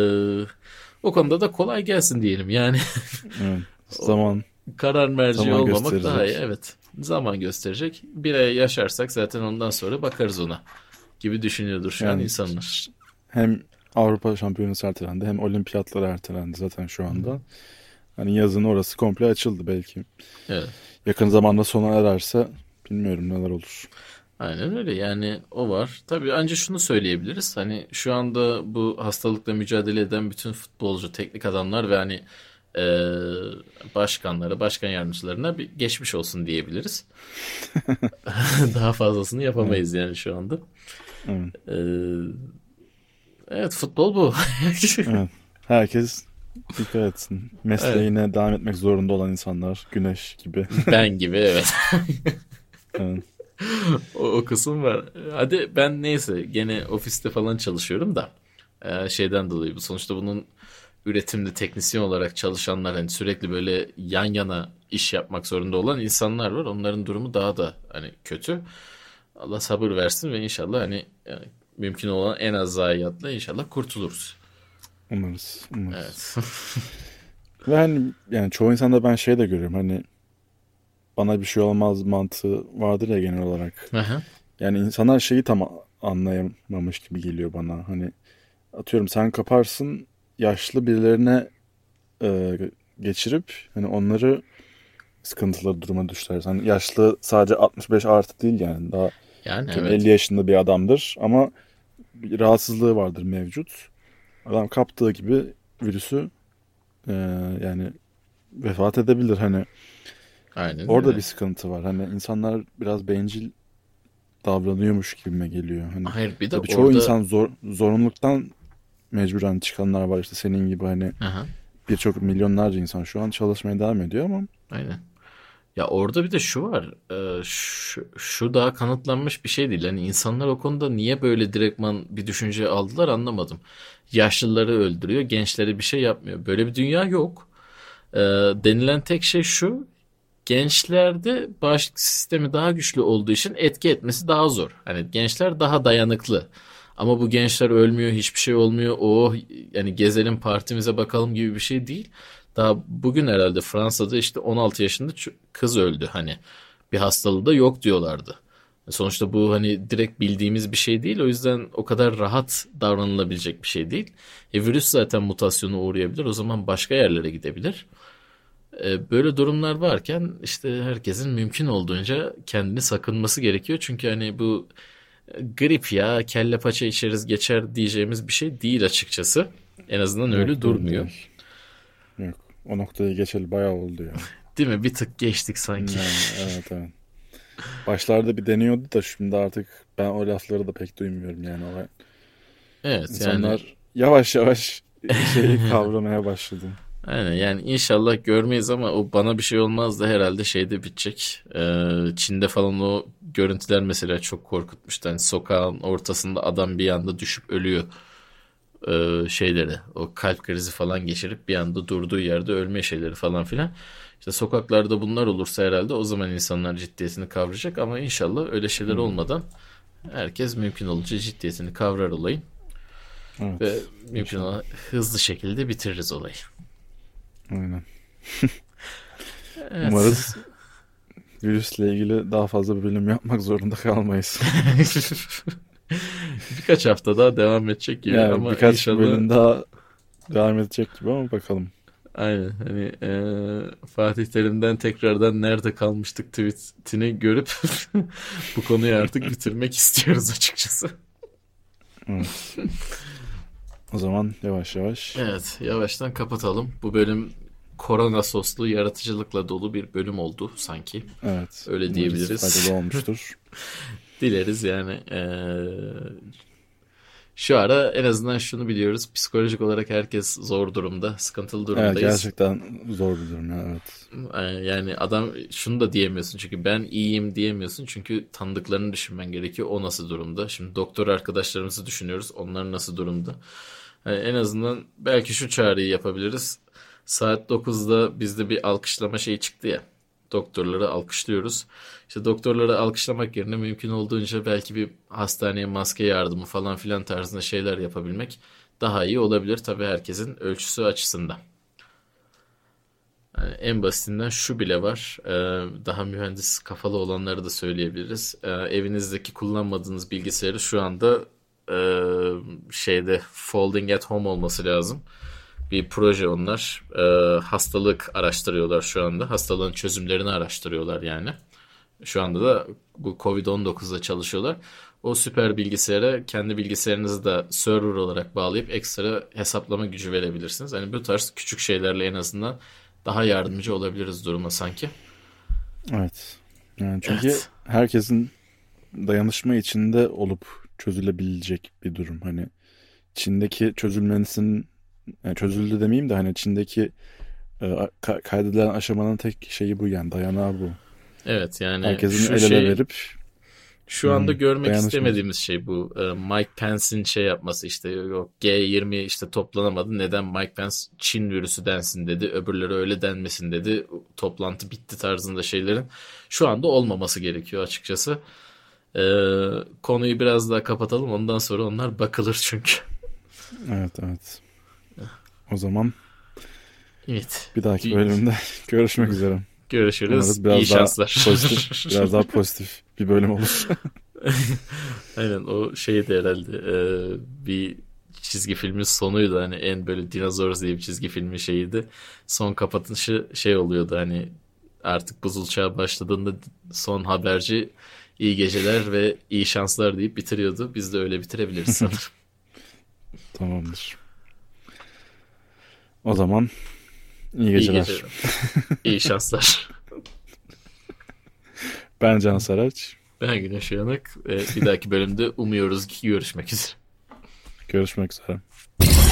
O konuda da kolay gelsin diyelim. Yani evet. o Zaman karar merci zaman olmamak daha iyi. gösterecek. Evet. Zaman gösterecek. Bir ay yaşarsak zaten ondan sonra bakarız ona gibi düşünüyordur şu an Yani insanlar. hem Avrupa Şampiyonası ertelendi, hem olimpiyatlar ertelendi zaten şu anda. Hani yazın orası komple açıldı belki. Evet. Yakın zamanda sona ererse bilmiyorum neler olur. Aynen öyle yani o var. Tabii ancak şunu söyleyebiliriz. Hani şu anda bu hastalıkla mücadele eden bütün futbolcu, teknik adamlar ve hani başkanlara, başkan yardımcılarına bir geçmiş olsun diyebiliriz. Daha fazlasını Evet, yapamayız yani şu anda. evet, Eee, evet futbol bu. evet. Herkes dikkat etsin. Evet. Mesleğine devam etmek zorunda olan insanlar, Güneş gibi. Ben gibi evet. Evet. O kısım var. Hadi ben neyse gene ofiste falan çalışıyorum da şeyden dolayı bu sonuçta bunun üretimde teknisyen olarak çalışanlar hani sürekli böyle yan yana iş yapmak zorunda olan insanlar var. Onların durumu daha da hani kötü. Allah sabır versin ve inşallah hani yani mümkün olan en az zayiatla inşallah kurtuluruz. Umarız, umarız. Evet. Ve hani yani çoğu insanda ben şey de görüyorum, hani bana bir şey olmaz mantığı vardır ya genel olarak. Aha. Yani insanlar şeyi tam anlayamamış gibi geliyor bana. Hani atıyorum sen kaparsın, yaşlı birilerine e, geçirip hani onları sıkıntılı duruma düşürürler. Hani yaşlı sadece 65 artı değil yani. Daha Yani atıyorum evet. 50 yaşında bir adamdır ama bir rahatsızlığı vardır mevcut. Adam kaptığı gibi virüsü e, yani vefat edebilir. Hani Aynen orada öyle. bir sıkıntı var. Hani insanlar biraz bencil davranıyormuş gibime geliyor. Hani Hayır bir de tabii çoğu orada insan zorunluluktan mecburen çıkanlar var, işte senin gibi hani aha, birçok milyonlarca insan şu an çalışmaya devam ediyor ama aynen. Ya orada bir de şu var. Şu daha kanıtlanmış bir şey değil. Hani insanlar o konuda niye böyle direktman bir düşünce aldılar anlamadım. Yaşlıları öldürüyor, gençlere bir şey yapmıyor. Böyle bir dünya yok. Denilen tek şey şu. Gençlerde bağışıklık sistemi daha güçlü olduğu için etki etmesi daha zor. Hani gençler daha dayanıklı. Ama bu gençler ölmüyor, hiçbir şey olmuyor. Oh yani gezelim partimize bakalım gibi bir şey değil. Daha bugün herhalde Fransa'da işte 16 yaşında kız öldü hani. Bir hastalığı da yok diyorlardı. Sonuçta bu hani direkt bildiğimiz bir şey değil. O yüzden o kadar rahat davranılabilecek bir şey değil. Virüs zaten mutasyona uğrayabilir. O zaman başka yerlere gidebilir. Böyle durumlar varken işte herkesin mümkün olduğunca kendini sakınması gerekiyor. Çünkü hani bu grip ya kelle paça içeriz geçer diyeceğimiz bir şey değil açıkçası. En azından öyle Yok, durmuyor. değil. Yok. O noktayı geçeli bayağı oldu ya. Değil mi? Bir tık geçtik sanki. Yani, evet. Başlarda bir deniyordu da şimdi artık ben o lafları da pek duymuyorum yani. Evet İnsanlar yani yavaş yavaş şeyi kavramaya başladı. aynen yani inşallah görmeyiz ama o bana bir şey olmaz da herhalde şeyde bitecek. Çin'de falan o görüntüler mesela çok korkutmuştu. Hani sokağın ortasında adam bir anda düşüp ölüyor. Şeyleri o kalp krizi falan geçirip bir anda durduğu yerde ölme şeyleri falan filan. İşte sokaklarda bunlar olursa herhalde o zaman insanlar ciddiyetini kavrayacak ama inşallah öyle şeyler olmadan herkes mümkün olunca ciddiyetini kavrar olayın Evet. ve mümkün olan hızlı şekilde bitiririz olayı. Aynen. Evet. Umarız virüsle ilgili daha fazla bir bölüm yapmak zorunda kalmayız. Birkaç hafta daha devam edecek gibi Yani ama birkaç inşallah bölüm daha devam edecek gibi ama bakalım. aynen hani Fatih Terim'den tekrardan nerede kalmıştık tweetini görüp bu konuyu artık bitirmek istiyoruz açıkçası. Evet. O zaman yavaş yavaş. Evet, yavaştan kapatalım. Bu bölüm korona soslu yaratıcılıkla dolu bir bölüm oldu sanki. Evet. Öyle Umarız diyebiliriz. faydalı olmuştur. Dileriz yani. Şu ara en azından şunu biliyoruz. Psikolojik olarak herkes zor durumda, sıkıntılı Evet, durumdayız. gerçekten zor bir durum ya, evet. Yani adam şunu da diyemiyorsun çünkü ben iyiyim diyemiyorsun çünkü tanıdıklarını düşünmen gerekiyor. O nasıl durumda? Şimdi doktor arkadaşlarımızı düşünüyoruz. Onlar nasıl durumda? Yani en azından belki şu çağrıyı yapabiliriz. Saat 9'da bizde bir alkışlama şeyi çıktı ya. Doktorları alkışlıyoruz. İşte doktorları alkışlamak yerine mümkün olduğunca belki bir hastaneye maske yardımı falan filan tarzında şeyler yapabilmek daha iyi olabilir. Tabii herkesin ölçüsü açısından. Yani en basitinden şu bile var. Daha mühendis kafalı olanları da söyleyebiliriz. Evinizdeki kullanmadığınız bilgisayarı şu anda şeyde folding at home olması lazım. Bir proje onlar. Hastalık araştırıyorlar şu anda. Hastalığın çözümlerini araştırıyorlar yani. Şu anda da bu Covid-19'da çalışıyorlar. O süper bilgisayara kendi bilgisayarınızı da server olarak bağlayıp ekstra hesaplama gücü verebilirsiniz. Hani bu tarz küçük şeylerle en azından daha yardımcı olabiliriz duruma sanki. Evet. Yani çünkü Evet. herkesin dayanışma içinde olup çözülebilecek bir durum. Hani Çin'deki çözülmesinin, yani çözüldü demeyeyim de hani Çin'deki kaydedilen aşamanın tek şeyi bu, yani dayanağı bu. Evet yani Herkesin şu el ele şey verip şu anda görmek dayanışması. istemediğimiz şey bu. Mike Pence'in şey yapması işte yok G20 işte toplanamadı. Neden Mike Pence Çin virüsü densin dedi. Öbürleri öyle denmesin dedi. Toplantı bitti tarzında şeylerin şu anda olmaması gerekiyor açıkçası. Konuyu biraz daha kapatalım. Ondan sonra onlar bakılır çünkü. Evet. O zaman Evet. bir dahaki bölümde görüşmek üzere. Görüşürüz. Umarız biraz İyi daha şanslar. pozitif, biraz daha pozitif bir bölüm olur. Aynen o şey de herhalde bir çizgi filmin sonuydu hani en böyle Dinosaurs diye bir çizgi filmin şeyiydi. Son kapatışı şey oluyordu hani artık buzul çağı başladığında son haberci iyi geceler ve iyi şanslar deyip bitiriyordu. Biz de öyle bitirebiliriz sanırım. Tamamdır. O zaman iyi İyi geceler. geceler. İyi şanslar. Ben Can Saraç. Ben Güneş Uyanık. Bir dahaki bölümde umuyoruz ki görüşmek üzere. Görüşmek üzere.